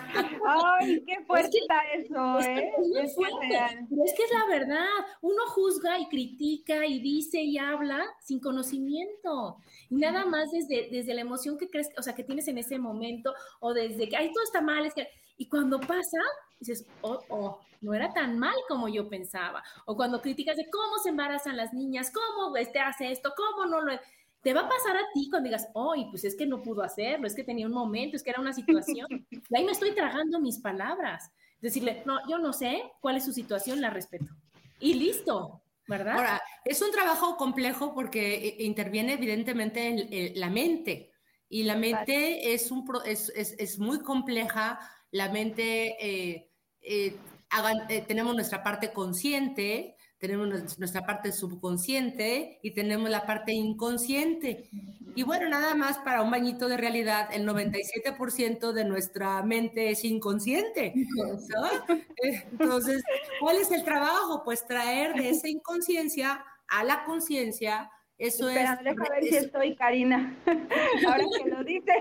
Ay, qué fuerte es que, está eso, ¿eh? Es, que es, fuerte, pero es que es la verdad. Uno juzga y critica y dice y habla sin conocimiento. Y nada más desde, desde la emoción que crees, o sea, que tienes en ese momento, o desde que, ay, todo está mal, es que... Y cuando pasa, dices, oh, oh, no era tan mal como yo pensaba. O cuando criticas de cómo se embarazan las niñas, cómo este hace esto, cómo no lo... Te va a pasar a ti cuando digas, oh, pues es que no pudo hacerlo, es que tenía un momento, es que era una situación. Y ahí me estoy tragando mis palabras. Decirle, no, yo no sé cuál es su situación, la respeto. Y listo, ¿verdad? Ahora, es un trabajo complejo porque interviene evidentemente en, en la mente. Y la mente es, un, es, es, es muy compleja. La mente, eh, eh, hagan, eh, tenemos nuestra parte consciente, tenemos nuestra parte subconsciente y tenemos la parte inconsciente. Y bueno, nada más para un bañito de realidad, el noventa y siete por ciento de nuestra mente es inconsciente, ¿no? Entonces, ¿cuál es el trabajo? Pues traer de esa inconsciencia a la conciencia. Eso Espera, es... Déjame ver si estoy, Karina. Ahora que lo dices,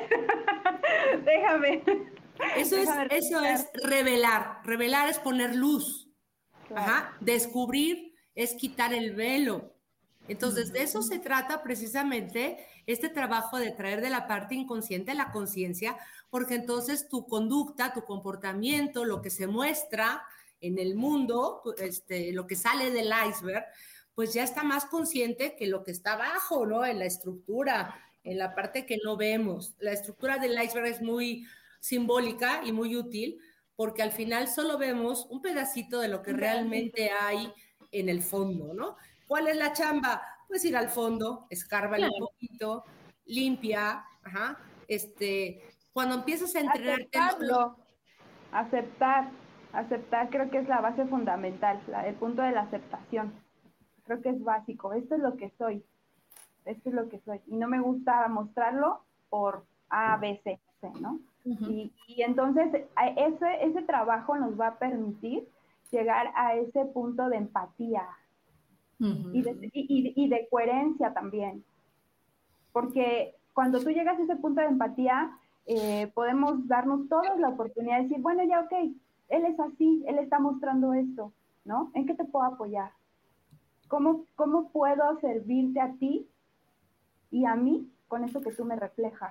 déjame. Eso, déjame es, eso es revelar. Revelar es poner luz. Claro. Ajá. Descubrir es quitar el velo. Entonces, de eso se trata precisamente este trabajo de traer de la parte inconsciente a la conciencia, porque entonces tu conducta, tu comportamiento, lo que se muestra en el mundo, este, lo que sale del iceberg, pues ya está más consciente que lo que está abajo, ¿no? En la estructura, en la parte que no vemos. La estructura del iceberg es muy simbólica y muy útil, porque al final solo vemos un pedacito de lo que realmente hay en el fondo, ¿no? ¿Cuál es la chamba? Pues ir al fondo, escárbale claro. un poquito, limpia, ajá, este, cuando empiezas a entrenarte... Aceptarlo, aceptar, aceptar creo que es la base fundamental, la, el punto de la aceptación. Creo que es básico, esto es lo que soy, esto es lo que soy. Y no me gusta mostrarlo por A, B, C, C, ¿no? Uh-huh. Y, y entonces ese, ese trabajo nos va a permitir llegar a ese punto de empatía, Uh-huh. y, de, y, y de coherencia también. Porque cuando tú llegas a ese punto de empatía, eh, podemos darnos todos la oportunidad de decir, bueno, ya, ok, él es así, él está mostrando esto, ¿no? ¿En qué te puedo apoyar? ¿Cómo, cómo puedo servirte a ti y a mí con eso que tú me reflejas.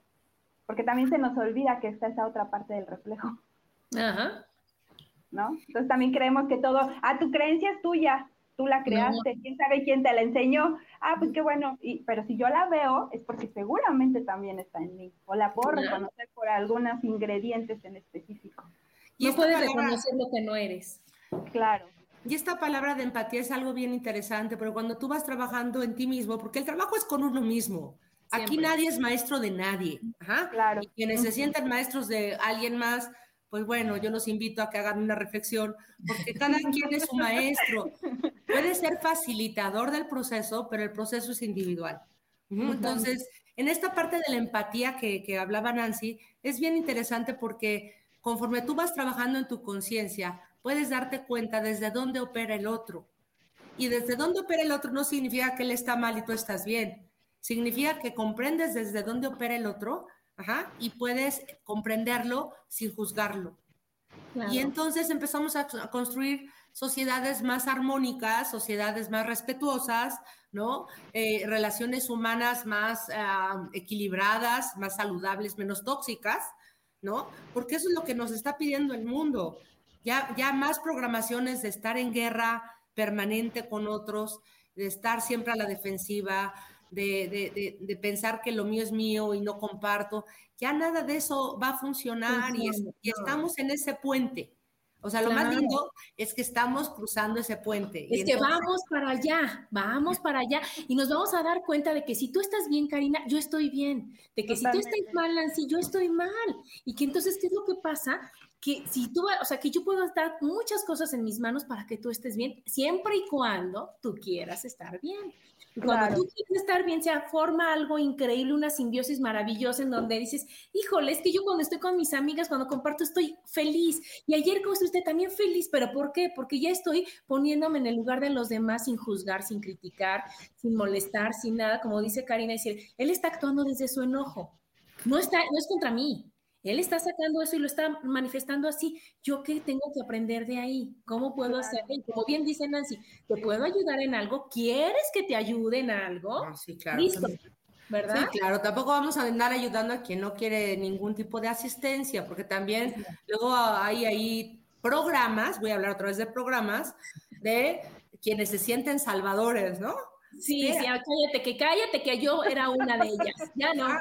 Porque también se nos olvida que está esa otra parte del reflejo. Ajá. ¿No? Entonces también creemos que todo, ah, tu creencia es tuya, tú la creaste, no. ¿Quién sabe quién te la enseñó? Ah, pues qué bueno, y, pero si yo la veo es porque seguramente también está en mí, o la puedo claro. reconocer por algunos ingredientes en específico. Y no puedes palabra... reconocer lo que no eres. Claro. Y esta palabra de empatía es algo bien interesante, pero cuando tú vas trabajando en ti mismo, porque el trabajo es con uno mismo, siempre. Aquí nadie es maestro de nadie. Ajá. Claro. Y quienes uh-huh. se sienten maestros de alguien más, pues bueno, yo los invito a que hagan una reflexión, porque cada quien es su maestro. Puede ser facilitador del proceso, pero el proceso es individual. Uh-huh. Entonces, en esta parte de la empatía que, que hablaba Nancy, es bien interesante porque conforme tú vas trabajando en tu conciencia, puedes darte cuenta desde dónde opera el otro. Y desde dónde opera el otro no significa que él está mal y tú estás bien. Significa que comprendes desde dónde opera el otro, ajá, y puedes comprenderlo sin juzgarlo. Claro. Y entonces empezamos a, a construir sociedades más armónicas, sociedades más respetuosas, ¿no? Eh, relaciones humanas más uh, equilibradas, más saludables, menos tóxicas, ¿no? Porque eso es lo que nos está pidiendo el mundo. Ya, ya más programaciones de estar en guerra permanente con otros, de estar siempre a la defensiva, de, de, de, de pensar que lo mío es mío y no comparto. Ya nada de eso va a funcionar y, es, y estamos en ese puente. O sea, claro. Lo más lindo es que estamos cruzando ese puente. Es y que entonces... vamos para allá, vamos para allá y nos vamos a dar cuenta de que si tú estás bien, Karina, yo estoy bien. De que Totalmente. Si tú estás mal, Nancy, yo estoy mal. Y que entonces, ¿qué es lo que pasa? Que si tú, o sea, que yo puedo dar muchas cosas en mis manos para que tú estés bien, siempre y cuando tú quieras estar bien. Y cuando claro. Tú quieres estar bien, se forma algo increíble, una simbiosis maravillosa en donde dices, híjole, es que yo cuando estoy con mis amigas, cuando comparto, estoy feliz. Y ayer como estuviste también feliz, ¿pero por qué? Porque ya estoy poniéndome en el lugar de los demás sin juzgar, sin criticar, sin molestar, sin nada. Como dice Karina, decir, él está actuando desde su enojo. No, está, no es contra mí. Él está sacando eso y lo está manifestando así. ¿Yo qué tengo que aprender de ahí? ¿Cómo puedo claro. hacerlo? Y como bien dice Nancy, ¿te puedo ayudar en algo? ¿Quieres que te ayude en algo? Ah, sí, claro. Listo, ¿verdad? Sí, claro. Tampoco vamos a andar ayudando a quien no quiere ningún tipo de asistencia, porque también sí. Luego hay ahí programas, voy a hablar otra vez de programas, de quienes se sienten salvadores, ¿no? Sí, sí, cállate, que cállate, que yo era una de ellas. Ya no.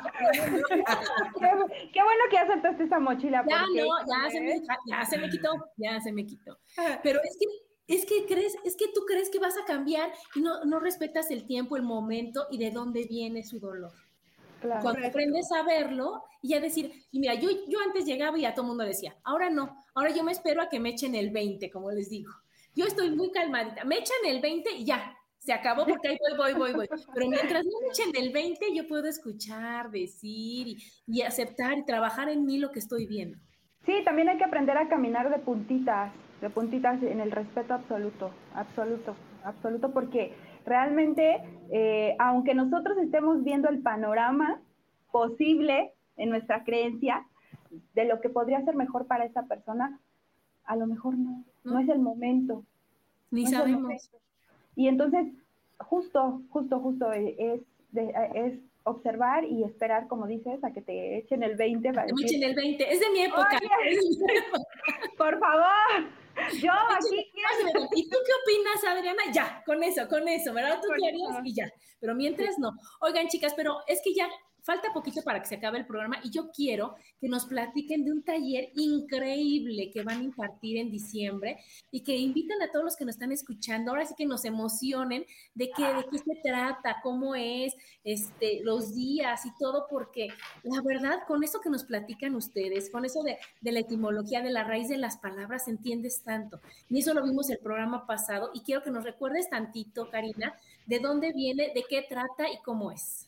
qué, qué bueno que aceptaste esa mochila. Ya no, ya se, me, ya se me quitó, ya se me quitó. Pero es que, es que crees, es que tú crees que vas a cambiar y no, no respetas el tiempo, el momento y de dónde viene su dolor. Claro. Cuando aprendes a verlo y a decir, y mira, yo, yo antes llegaba y a todo el mundo decía, ahora no, ahora yo me espero a que me echen el veinte, como les digo. Yo estoy muy calmadita, me echan el veinte y ya. Se acabó porque ahí voy, voy, voy, voy. Pero mientras no me echen el veinte, yo puedo escuchar, decir y, y aceptar y trabajar en mí lo que estoy viendo. Sí, también hay que aprender a caminar de puntitas, de puntitas en el respeto absoluto, absoluto, absoluto, porque realmente, eh, aunque nosotros estemos viendo el panorama posible en nuestra creencia de lo que podría ser mejor para esa persona, a lo mejor no, no, no es el momento. Ni no sabemos. Y entonces, justo, justo, justo es, de, es observar y esperar, como dices, a que te echen el veinte. Para que me echen el veinte, es de mi época. Oye, por favor, yo aquí quiero. ¿Y tú qué opinas, Adriana? Ya, con eso, con eso, ¿verdad? Tú qué harías y ya. Pero mientras no. Oigan, chicas, pero es que ya falta poquito para que se acabe el programa y yo quiero que nos platiquen de un taller increíble que van a impartir en diciembre y que inviten a todos los que nos están escuchando, ahora sí que nos emocionen de qué, de qué se trata, cómo es, este, los días y todo, porque la verdad, con eso que nos platican ustedes, con eso de, de la etimología, de la raíz de las palabras, entiendes tanto. Y eso lo vimos el programa pasado y quiero que nos recuerdes tantito, Karina, de dónde viene, de qué trata y cómo es.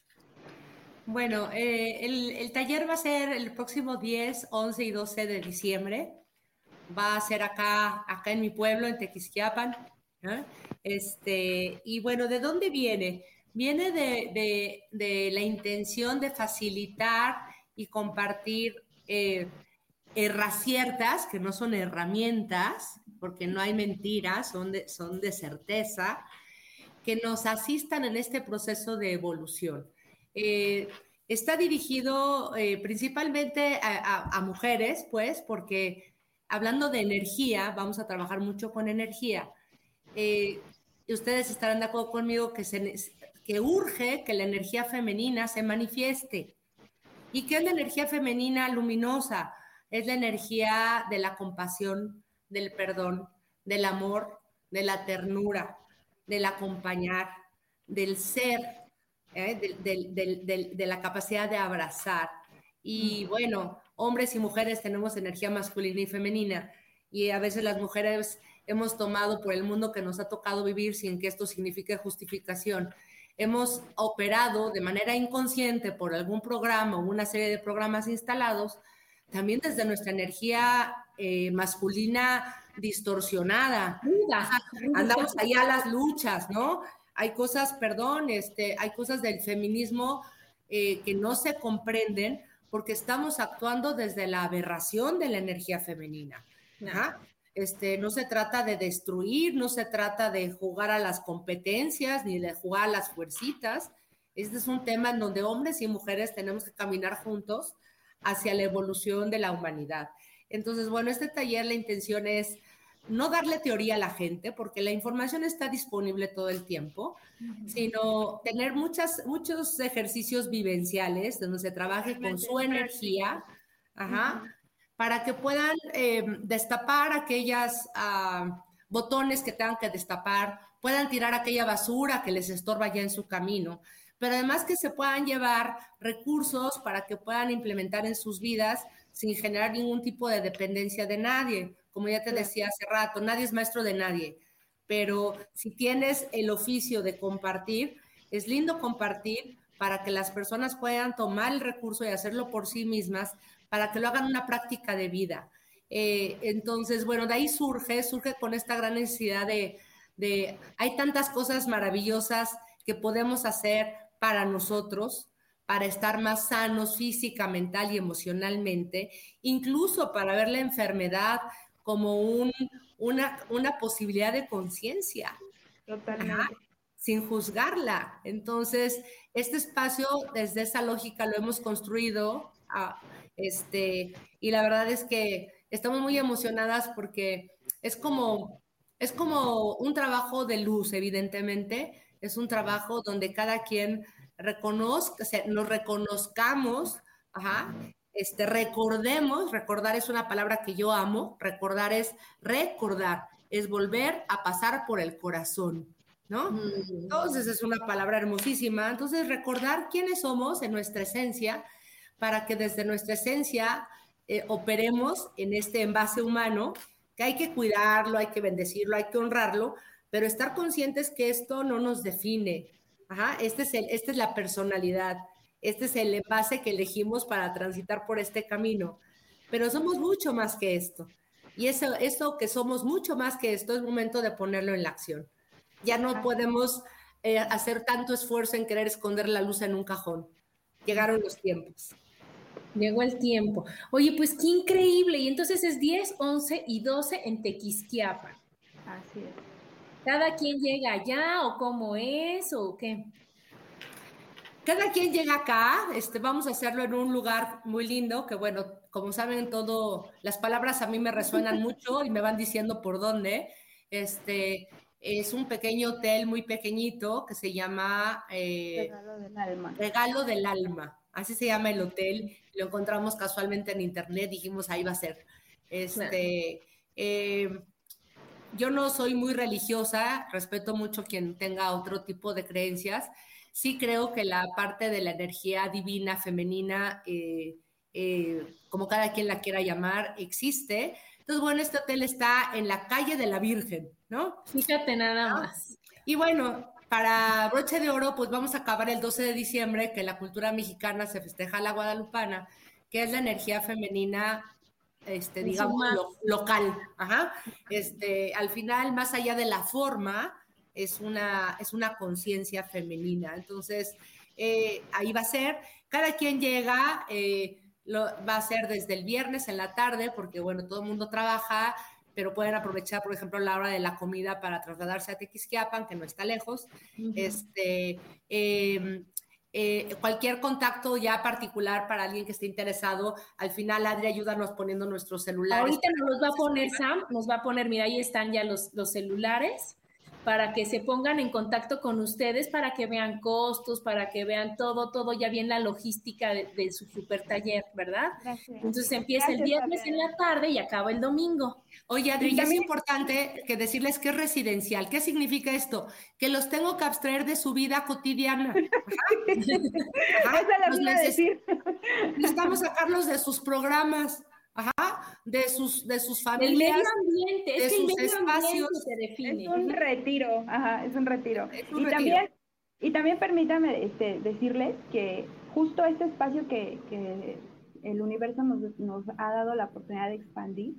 Bueno, eh, el, el taller va a ser el próximo diez, once y doce de diciembre. Va a ser acá, acá en mi pueblo, en Tequisquiapan. ¿eh? Este, y bueno, ¿de dónde viene? Viene de, de, de la intención de facilitar y compartir eh, herraciertas, que no son herramientas, porque no hay mentiras, son de, son de certeza, que nos asistan en este proceso de evolución. Eh, está dirigido eh, principalmente a, a, a mujeres, pues, porque hablando de energía, vamos a trabajar mucho con energía. Eh, y ustedes estarán de acuerdo conmigo que, se, que urge que la energía femenina se manifieste. ¿Y qué es la energía femenina luminosa? Es la energía de la compasión, del perdón, del amor, de la ternura, del acompañar, del ser, ¿eh? del, del, del, del, de la capacidad de abrazar. Y bueno, hombres y mujeres tenemos energía masculina y femenina, y a veces las mujeres hemos tomado por el mundo que nos ha tocado vivir sin que esto signifique justificación. Hemos operado de manera inconsciente por algún programa o una serie de programas instalados, también desde nuestra energía eh, masculina distorsionada. Ruda. Andamos allá a las luchas, ¿no? Hay cosas, perdón, este, hay cosas del feminismo eh, que no se comprenden porque estamos actuando desde la aberración de la energía femenina. Ajá. Este, no se trata de destruir, no se trata de jugar a las competencias ni de jugar a las fuercitas. Este es un tema en donde hombres y mujeres tenemos que caminar juntos hacia la evolución de la humanidad. Entonces, bueno, este taller, la intención es no darle teoría a la gente, porque la información está disponible todo el tiempo, uh-huh. sino tener muchas, muchos ejercicios vivenciales donde se trabaje con su energía, ajá, uh-huh. para que puedan eh, destapar aquellas uh, botones que tengan que destapar, puedan tirar aquella basura que les estorba ya en su camino, pero además que se puedan llevar recursos para que puedan implementar en sus vidas sin generar ningún tipo de dependencia de nadie. Como ya te decía hace rato, nadie es maestro de nadie, pero si tienes el oficio de compartir, es lindo compartir para que las personas puedan tomar el recurso y hacerlo por sí mismas, para que lo hagan una práctica de vida. Eh, entonces, bueno, de ahí surge, surge con esta gran necesidad de, de, hay tantas cosas maravillosas que podemos hacer para nosotros, para estar más sanos física, mental y emocionalmente, incluso para ver la enfermedad como un, una, una posibilidad de conciencia. Totalmente. Ajá, sin juzgarla. Entonces, este espacio, desde esa lógica, lo hemos construido, a, este, y la verdad es que estamos muy emocionadas porque es como, es como un trabajo de luz, evidentemente. Es un trabajo donde cada quien reconozca, o sea, nos reconozcamos, ajá, este, recordemos, recordar es una palabra que yo amo, recordar es recordar, es volver a pasar por el corazón, ¿no? Mm. Entonces es una palabra hermosísima. Entonces recordar quiénes somos en nuestra esencia, para que desde nuestra esencia eh, operemos en este envase humano, que hay que cuidarlo, hay que bendecirlo, hay que honrarlo, pero estar conscientes que esto no nos define. Ajá, este es el, esta es la personalidad. Este es el envase que elegimos para transitar por este camino. Pero somos mucho más que esto. Y eso, eso que somos mucho más que esto es momento de ponerlo en la acción. Ya no podemos eh, hacer tanto esfuerzo en querer esconder la luz en un cajón. Llegaron los tiempos. Llegó el tiempo. Oye, pues qué increíble. Y entonces es diez, once y doce en Tequisquiapan. Así es. ¿Cada quien llega allá o cómo es o qué? Cada quien llega acá, este, vamos a hacerlo en un lugar muy lindo, que bueno, como saben todo, las palabras a mí me resuenan mucho y me van diciendo por dónde. Este, es un pequeño hotel muy pequeñito que se llama eh, Regalo del Alma. Regalo del Alma, así se llama el hotel, lo encontramos casualmente en internet, dijimos ahí va a ser. Este, eh, yo no soy muy religiosa, respeto mucho quien tenga otro tipo de creencias. Sí creo que la parte de la energía divina femenina, eh, eh, como cada quien la quiera llamar, existe. Entonces, bueno, este hotel está en la calle de la Virgen, ¿no? Fíjate nada ¿no? más. Y bueno, para broche de oro, pues vamos a acabar el doce de diciembre, que en la cultura mexicana se festeja la guadalupana, que es la energía femenina, este, digamos, lo, local. Ajá. Este, al final, más allá de la forma, es una, es una conciencia femenina. Entonces, eh, ahí va a ser, cada quien llega, eh, lo, va a ser desde el viernes en la tarde, porque bueno, todo el mundo trabaja, pero pueden aprovechar, por ejemplo, la hora de la comida para trasladarse a Tequisquiapan, que no está lejos. Uh-huh. Este, eh, Eh, cualquier contacto ya particular para alguien que esté interesado, al final, Adri, ayúdanos poniendo nuestros celulares. Ahorita nos los va a poner Sam, nos va a poner, mira, ahí están ya los, los celulares, para que se pongan en contacto con ustedes, para que vean costos, para que vean todo, todo, ya bien la logística de, de su super taller, ¿verdad? Gracias. Entonces empieza Gracias, el viernes en la tarde y acaba el domingo. Oye, Adri, es importante que decirles que es residencial. ¿Qué significa esto? Que los tengo que abstraer de su vida cotidiana. Ajá. Ajá. Esa la voy a decir. Necesitamos sacarlos de sus programas. Ajá, de sus, de sus familias, el medio ambiente, de es que sus el medio espacios. Se define. Es un retiro, ajá, es un retiro. Es un y, retiro. También, y también permítame este, decirles que justo este espacio que, que el universo nos, nos ha dado la oportunidad de expandir,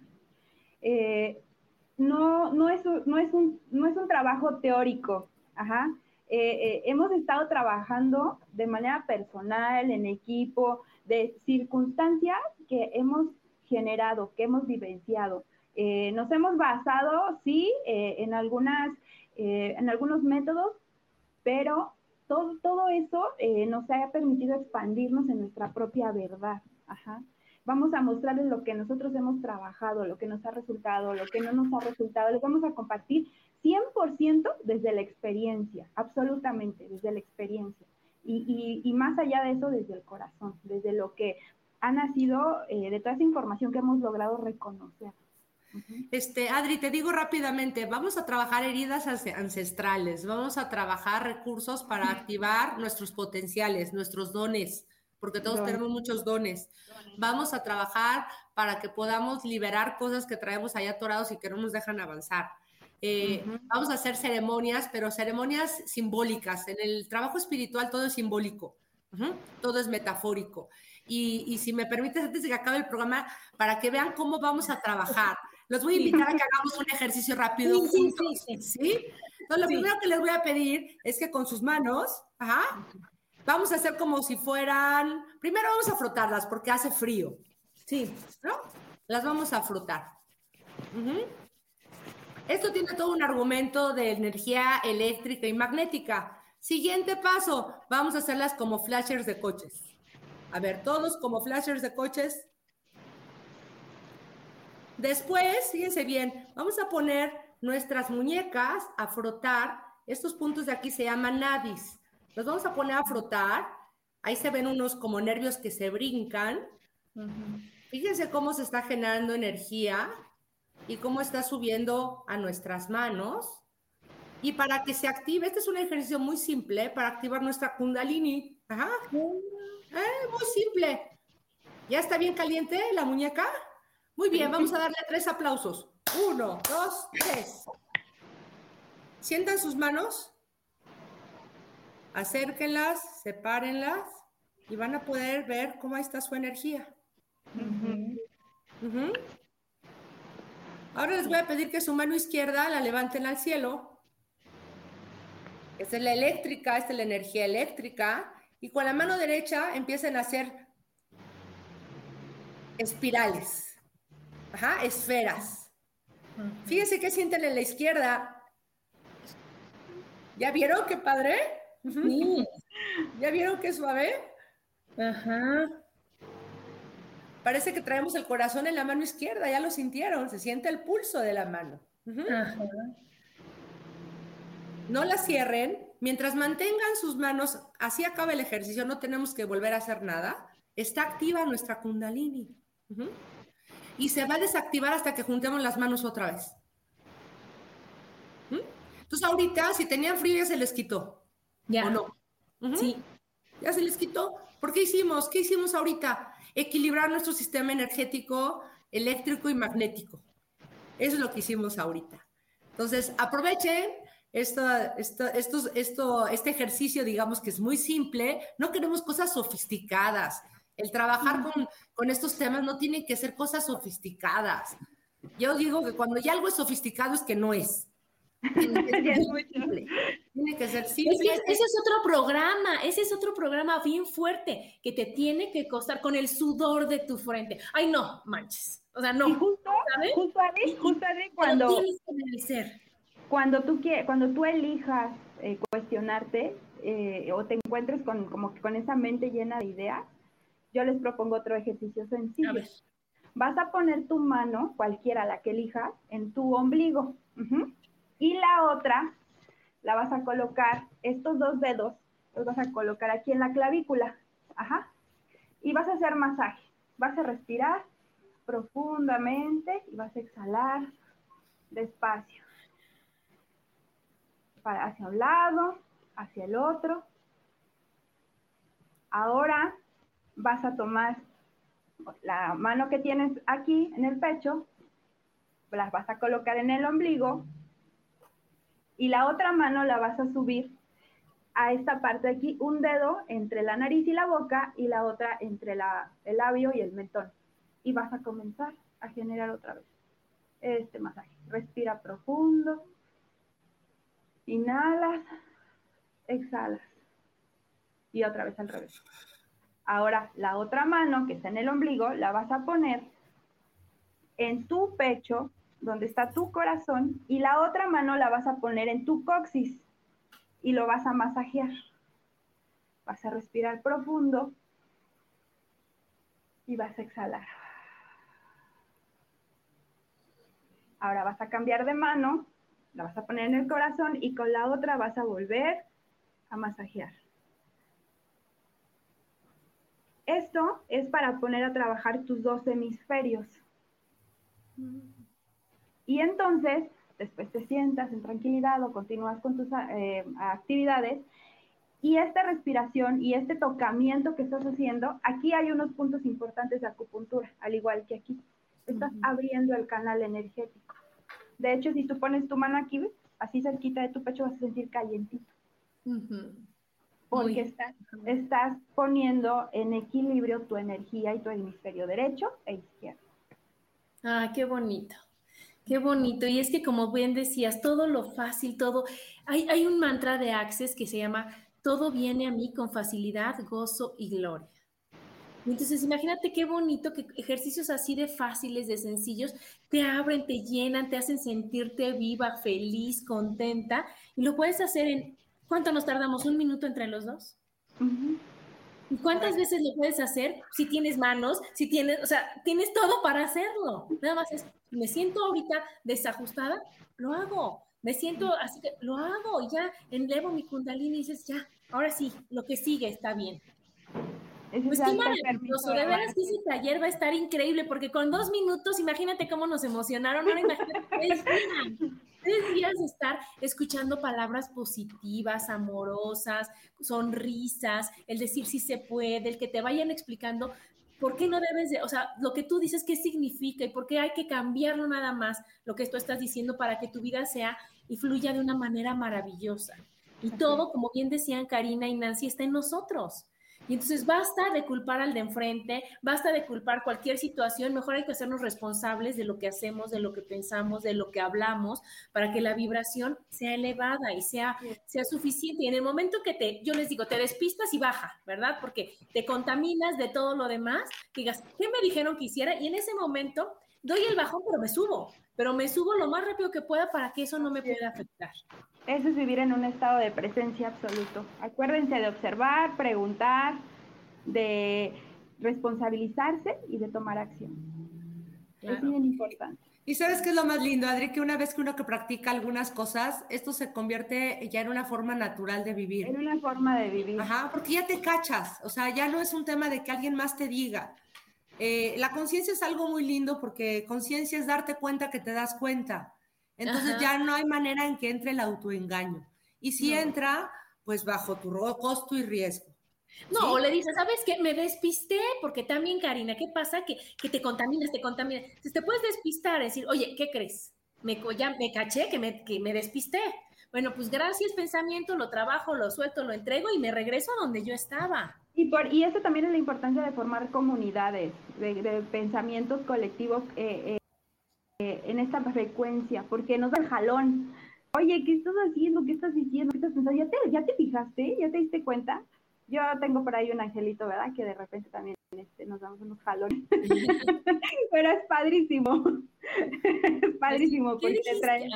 eh, no, no, es, no, es un, no es un trabajo teórico, ajá. Eh, eh, hemos estado trabajando de manera personal, en equipo, de circunstancias que hemos generado, que hemos vivenciado. Eh, nos hemos basado, sí, eh, en, algunas, eh, en algunos métodos, pero todo, todo eso eh, nos ha permitido expandirnos en nuestra propia verdad. Ajá. Vamos a mostrarles lo que nosotros hemos trabajado, lo que nos ha resultado, lo que no nos ha resultado. Les vamos a compartir cien por ciento desde la experiencia, absolutamente, desde la experiencia. Y, y, y más allá de eso, desde el corazón, desde lo que ha nacido eh, de toda esa información que hemos logrado reconocer. Uh-huh. Este, Adri, te digo rápidamente, vamos a trabajar heridas ancestrales, vamos a trabajar recursos para activar nuestros potenciales, nuestros dones, porque todos dones. tenemos muchos dones. dones. Vamos a trabajar para que podamos liberar cosas que traemos allá atorados y que no nos dejan avanzar. Eh, uh-huh. Vamos a hacer ceremonias, pero ceremonias simbólicas. En el trabajo espiritual todo es simbólico, uh-huh. todo es metafórico. Y, y si me permites, antes de que acabe el programa, para que vean cómo vamos a trabajar, los voy a invitar a que hagamos un ejercicio rápido sí, juntos, sí, sí, ¿sí? Entonces, lo sí. primero que les voy a pedir es que con sus manos, ajá, vamos a hacer como si fueran, primero vamos a frotarlas porque hace frío, sí, ¿no? Las vamos a frotar. Uh-huh. Esto tiene todo un argumento de energía eléctrica y magnética. Siguiente paso, vamos a hacerlas como flashers de coches. A ver, todos como flashers de coches. Después, fíjense bien, vamos a poner nuestras muñecas a frotar. Estos puntos de aquí se llaman nadis. Los vamos a poner a frotar. Ahí se ven unos como nervios que se brincan. Uh-huh. Fíjense cómo se está generando energía y cómo está subiendo a nuestras manos. Y para que se active, este es un ejercicio muy simple para activar nuestra kundalini. Ajá. Eh, muy simple. ¿Ya está bien caliente la muñeca? Muy bien, vamos a darle tres aplausos. Uno, dos, tres. Sientan sus manos. Acérquenlas, sepárenlas y van a poder ver cómo está su energía. Uh-huh. Uh-huh. Ahora les voy a pedir que su mano izquierda la levanten al cielo. Esta es la eléctrica, esta es la energía eléctrica. Y con la mano derecha empiecen a hacer espirales, ajá, esferas. Uh-huh. Fíjense qué sienten en la izquierda. ¿Ya vieron qué padre? Uh-huh. Sí. ¿Ya vieron qué suave? Ajá. Parece que traemos el corazón en la mano izquierda, ya lo sintieron, se siente el pulso de la mano. Uh-huh. Ajá. No la cierren. Mientras mantengan sus manos, así acaba el ejercicio, no tenemos que volver a hacer nada. Está activa nuestra kundalini. Uh-huh. Y se va a desactivar hasta que juntemos las manos otra vez. ¿Mm? Entonces ahorita, si tenían frío, ya se les quitó. Ya. ¿O no? Uh-huh. Sí. Ya se les quitó. ¿Por qué hicimos? ¿Qué hicimos ahorita? Equilibrar nuestro sistema energético, eléctrico y magnético. Eso es lo que hicimos ahorita. Entonces, aprovechen Esto, esto, esto, esto, este ejercicio, digamos que es muy simple. No queremos cosas sofisticadas. El trabajar con, con estos temas no tiene que ser cosas sofisticadas. Yo digo que cuando ya algo es sofisticado es que no es. Tiene que ser simple. Tiene que ser simple. Es que ese es otro programa, ese es otro programa bien fuerte que te tiene que costar con el sudor de tu frente. Ay, no, manches. O sea, no. Y justo, ¿sabes? justo Adri, justo Adri, cuando... tienes que merecer. Cuando tú, cuando tú elijas eh, cuestionarte, eh, o te encuentres con, como que con esa mente llena de ideas, yo les propongo otro ejercicio sencillo. A ver. Vas a poner tu mano, cualquiera la que elijas, en tu ombligo. Uh-huh. Y la otra la vas a colocar, estos dos dedos, los vas a colocar aquí en la clavícula. Ajá. Y vas a hacer masaje. Vas a respirar profundamente y vas a exhalar despacio. Para hacia un lado, hacia el otro. Ahora vas a tomar la mano que tienes aquí en el pecho, las vas a colocar en el ombligo y la otra mano la vas a subir a esta parte de aquí, un dedo entre la nariz y la boca y la otra entre la, el labio y el mentón. Y vas a comenzar a generar otra vez este masaje. Respira profundo, inhalas, exhalas y otra vez al revés. Ahora, la otra mano que está en el ombligo, la vas a poner en tu pecho, donde está tu corazón, y la otra mano la vas a poner en tu coxis y lo vas a masajear. Vas a respirar profundo y vas a exhalar. Ahora vas a cambiar de mano, la vas a poner en el corazón y con la otra vas a volver a masajear. Esto es para poner a trabajar tus dos hemisferios. Y entonces, después te sientas en tranquilidad o continúas con tus eh, actividades. Y esta respiración y este tocamiento que estás haciendo, aquí hay unos puntos importantes de acupuntura, al igual que aquí. Estás uh-huh. abriendo el canal energético. De hecho, si tú pones tu mano aquí, así cerquita de tu pecho, vas a sentir calientito. Uh-huh. Porque estás, estás poniendo en equilibrio tu energía y tu hemisferio derecho e izquierdo. Ah, qué bonito, qué bonito. Y es que como bien decías, todo lo fácil, todo... Hay, hay un mantra de Access que se llama todo viene a mí con facilidad, gozo y gloria. Y entonces imagínate qué bonito que ejercicios así de fáciles, de sencillos, te abren, te llenan, te hacen sentirte viva, feliz, contenta. Y lo puedes hacer en... ¿Cuánto nos tardamos? ¿Un minuto entre los dos? Uh-huh. ¿Y cuántas veces lo puedes hacer? Si tienes manos, si tienes, o sea, tienes todo para hacerlo. Nada más es, me siento ahorita desajustada, lo hago. Me siento así que lo hago y ya elevo mi kundalini y dices, ya, ahora sí, lo que sigue está bien. Eso pues qué maravilloso, de veras que ese taller va a estar increíble, porque con dos minutos, imagínate cómo nos emocionaron, ahora imagínate tres días, tres días de estar escuchando palabras positivas, amorosas, sonrisas, el decir sí se puede, el que te vayan explicando por qué no debes de, o sea, lo que tú dices, qué significa y por qué hay que cambiarlo nada más, lo que tú estás diciendo para que tu vida sea y fluya de una manera maravillosa. Y todo, como bien decían Karina y Nancy, está en nosotros. Y entonces basta de culpar al de enfrente, basta de culpar cualquier situación, mejor hay que hacernos responsables de lo que hacemos, de lo que pensamos, de lo que hablamos, para que la vibración sea elevada y sea, sea suficiente. Y en el momento que te, yo les digo, te despistas y baja, ¿verdad? Porque te contaminas de todo lo demás, que digas, ¿qué me dijeron que hiciera? Y en ese momento doy el bajón, pero me subo, pero me subo lo más rápido que pueda para que eso no me pueda afectar. Eso es vivir en un estado de presencia absoluto. Acuérdense de observar, preguntar, de responsabilizarse y de tomar acción. Claro. Es bien importante. Y ¿sabes qué es lo más lindo, Adri? Que una vez que uno que practica algunas cosas, esto se convierte ya en una forma natural de vivir. En una forma de vivir. Ajá, porque ya te cachas. O sea, ya no es un tema de que alguien más te diga. Eh, la conciencia es algo muy lindo porque conciencia es darte cuenta que te das cuenta. Entonces Ajá. ya no hay manera en que entre el autoengaño. Y si no. entra, pues bajo tu costo y riesgo. No, ¿sí? O le dices, ¿sabes qué? Me despisté, porque también, Karina, ¿qué pasa? Que, que te contaminas, te contaminas. Entonces te puedes despistar, decir, oye, ¿qué crees? Me, ya me caché que me, que me despisté. Bueno, pues gracias, pensamiento, lo trabajo, lo suelto, lo entrego y me regreso a donde yo estaba. Y, por, y eso también es la importancia de formar comunidades, de, de pensamientos colectivos, eh, eh, en esta frecuencia, porque nos da el jalón. Oye, ¿qué estás haciendo? ¿Qué estás diciendo? ¿Qué estás pensando? ¿Ya te, ya te fijaste? ¿Ya te diste cuenta? Yo tengo por ahí un angelito, ¿verdad? Que de repente también este, nos damos unos jalones. Pero es padrísimo. Es padrísimo porque te trae...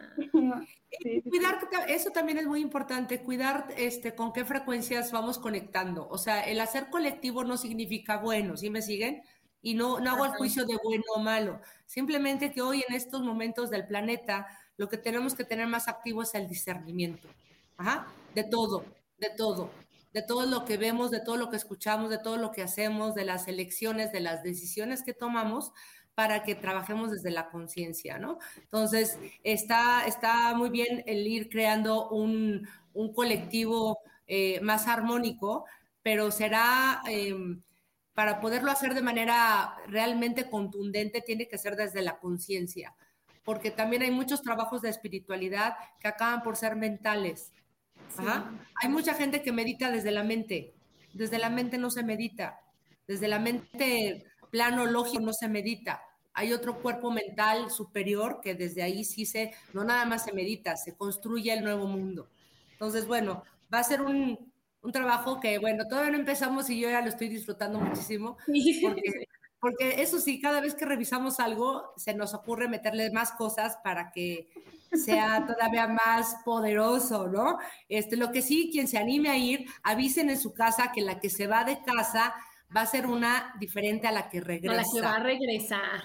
Sí, sí, cuidar, eso también es muy importante, cuidar este, con qué frecuencias vamos conectando. O sea, el hacer colectivo no significa bueno, ¿sí me siguen? Y no, no hago el juicio de bueno o malo. Simplemente que hoy en estos momentos del planeta, lo que tenemos que tener más activo es el discernimiento. Ajá, de todo, de todo. De todo lo que vemos, de todo lo que escuchamos, de todo lo que hacemos, de las elecciones, de las decisiones que tomamos, para que trabajemos desde la conciencia, ¿no? Entonces, está, está muy bien el ir creando un, un colectivo eh, más armónico, pero será, eh, para poderlo hacer de manera realmente contundente, tiene que ser desde la conciencia, porque también hay muchos trabajos de espiritualidad que acaban por ser mentales. Ajá. Sí. Hay mucha gente que medita desde la mente, desde la mente no se medita, desde la mente plano lógico no se medita. Hay otro cuerpo mental superior que desde ahí sí se, no nada más se medita, se construye el nuevo mundo. Entonces, bueno, va a ser un, un trabajo que, bueno, todavía no empezamos y yo ya lo estoy disfrutando muchísimo, porque, porque eso sí, cada vez que revisamos algo, se nos ocurre meterle más cosas para que sea todavía más poderoso, ¿no? Este, lo que sí, quien se anime a ir, avisen en su casa que la que se va de casa va a ser una diferente a la que regresa. A la que va a regresar.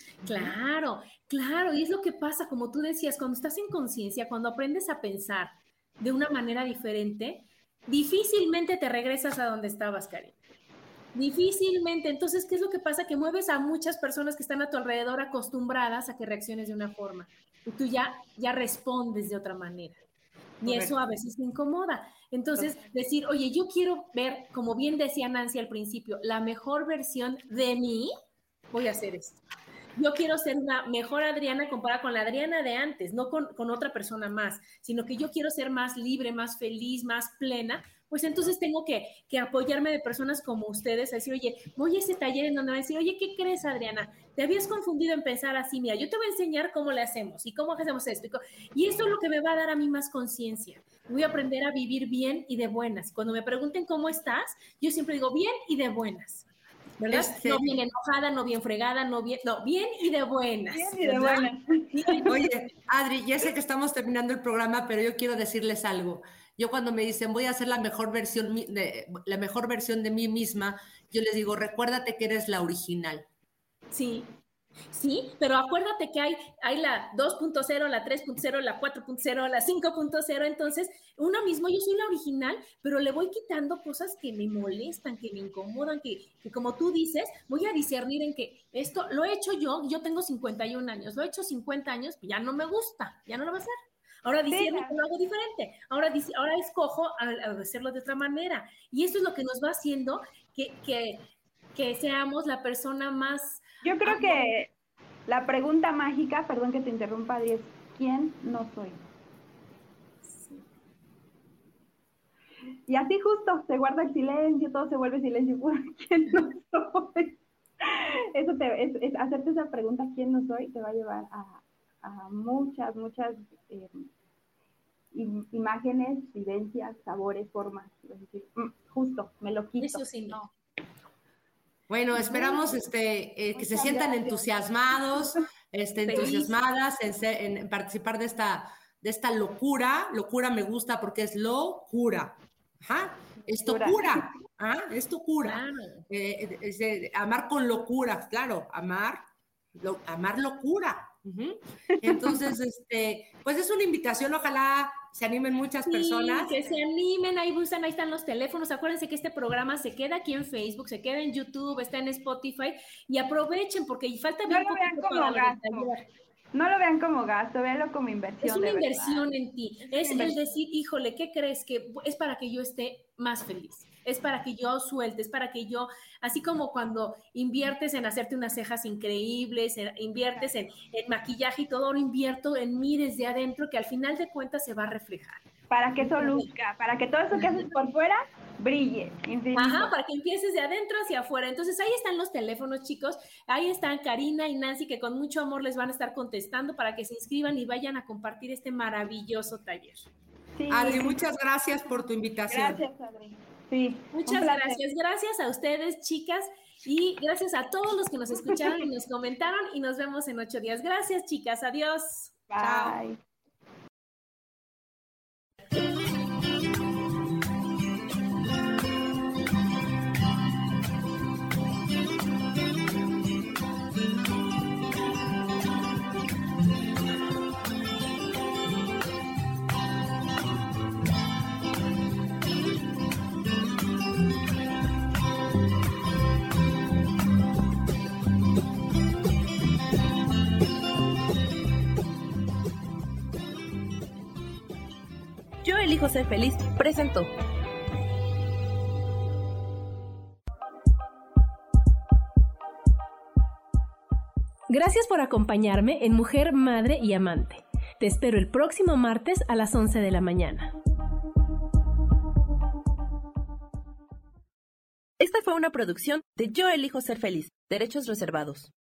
Claro, claro, y es lo que pasa, como tú decías, cuando estás en conciencia, cuando aprendes a pensar de una manera diferente, difícilmente te regresas a donde estabas, Karin. Difícilmente. Entonces, ¿qué es lo que pasa? Que mueves a muchas personas que están a tu alrededor acostumbradas a que reacciones de una forma y tú ya, ya respondes de otra manera. Y Correcto. Eso a veces me incomoda. Entonces, decir, oye, yo quiero ver, como bien decía Nancy al principio, la mejor versión de mí, voy a hacer esto. Yo quiero ser una mejor Adriana comparada con la Adriana de antes, no con, con otra persona más, sino que yo quiero ser más libre, más feliz, más plena, pues entonces tengo que, que apoyarme de personas como ustedes, a decir, oye, voy a ese taller en donde me van a decir, oye, ¿qué crees, Adriana? Te habías confundido en pensar así, mira, yo te voy a enseñar cómo le hacemos y cómo hacemos esto. Y eso es lo que me va a dar a mí más conciencia. Voy a aprender a vivir bien y de buenas. Cuando me pregunten cómo estás, yo siempre digo bien y de buenas. ¿Verdad? Este... No bien enojada, no bien fregada, no bien, no, bien y de buenas. Bien y de buenas. Oye, Adri, ya sé que estamos terminando el programa, pero yo quiero decirles algo. Yo cuando me dicen voy a hacer la mejor versión de, la mejor versión de mí misma, yo les digo, recuérdate que eres la original. Sí. Sí, pero acuérdate que hay, hay la dos punto cero, la tres punto cero, la cuatro punto cero, la cinco punto cero, entonces uno mismo, yo soy la original, pero le voy quitando cosas que me molestan, que me incomodan, que, que como tú dices, voy a discernir en que esto lo he hecho yo, yo tengo cincuenta y un años, lo he hecho cincuenta años, ya no me gusta, ya no lo va a hacer. Ahora discierno sí, que lo hago diferente, ahora, ahora escojo a, a hacerlo de otra manera, y eso es lo que nos va haciendo que, que, que seamos la persona más... Yo creo que la pregunta mágica, perdón que te interrumpa, es ¿quién no soy? Sí. Y así justo se guarda el silencio, todo se vuelve silencio. ¿Quién no soy? Eso te, es, es, hacerte esa pregunta, ¿quién no soy? Te va a llevar a, a muchas, muchas eh, imágenes, vivencias, sabores, formas. Es decir, justo, me lo quito. Eso sí, no. Bueno, esperamos este, eh, que se sientan entusiasmados, este, entusiasmadas en, ser, en participar de esta, de esta locura. Locura me gusta porque es locura. Ajá, esto cura. ¿Ah? Esto cura. Claro. Eh, es, es, amar con locura, claro, amar, lo, amar locura. Uh-huh. Entonces, este, pues es una invitación, ojalá se animen muchas sí, personas. Que se animen, ahí buscan, ahí están los teléfonos. Acuérdense que este programa se queda aquí en Facebook, se queda en YouTube, está en Spotify y aprovechen porque falta bien no lo vean como gasto. No lo vean como gasto, véanlo como inversión. Es una de inversión verdad. en ti. Es el decir, híjole, ¿qué crees? Que es para que yo esté más feliz. Es para que yo suelte, es para que yo, así como cuando inviertes en hacerte unas cejas increíbles, en, inviertes en, en maquillaje y todo, ahora invierto en mí desde adentro, que al final de cuentas se va a reflejar. Para que eso luzca, para que todo eso que haces por fuera brille. Infinito. Ajá, para que empieces de adentro hacia afuera. Entonces ahí están los teléfonos, chicos. Ahí están Karina y Nancy, que con mucho amor les van a estar contestando para que se inscriban y vayan a compartir este maravilloso taller. Sí. Adri, muchas gracias por tu invitación. Gracias, Adri. Sí. Muchas gracias. Gracias a ustedes, chicas, y gracias a todos los que nos escucharon y nos comentaron, y nos vemos en ocho días. Gracias, chicas. Adiós. Bye. Chao. Yo elijo ser feliz presentó. Gracias por acompañarme en Mujer, Madre y Amante. Te espero el próximo martes a las once de la mañana. Esta fue una producción de Yo elijo ser feliz, derechos reservados.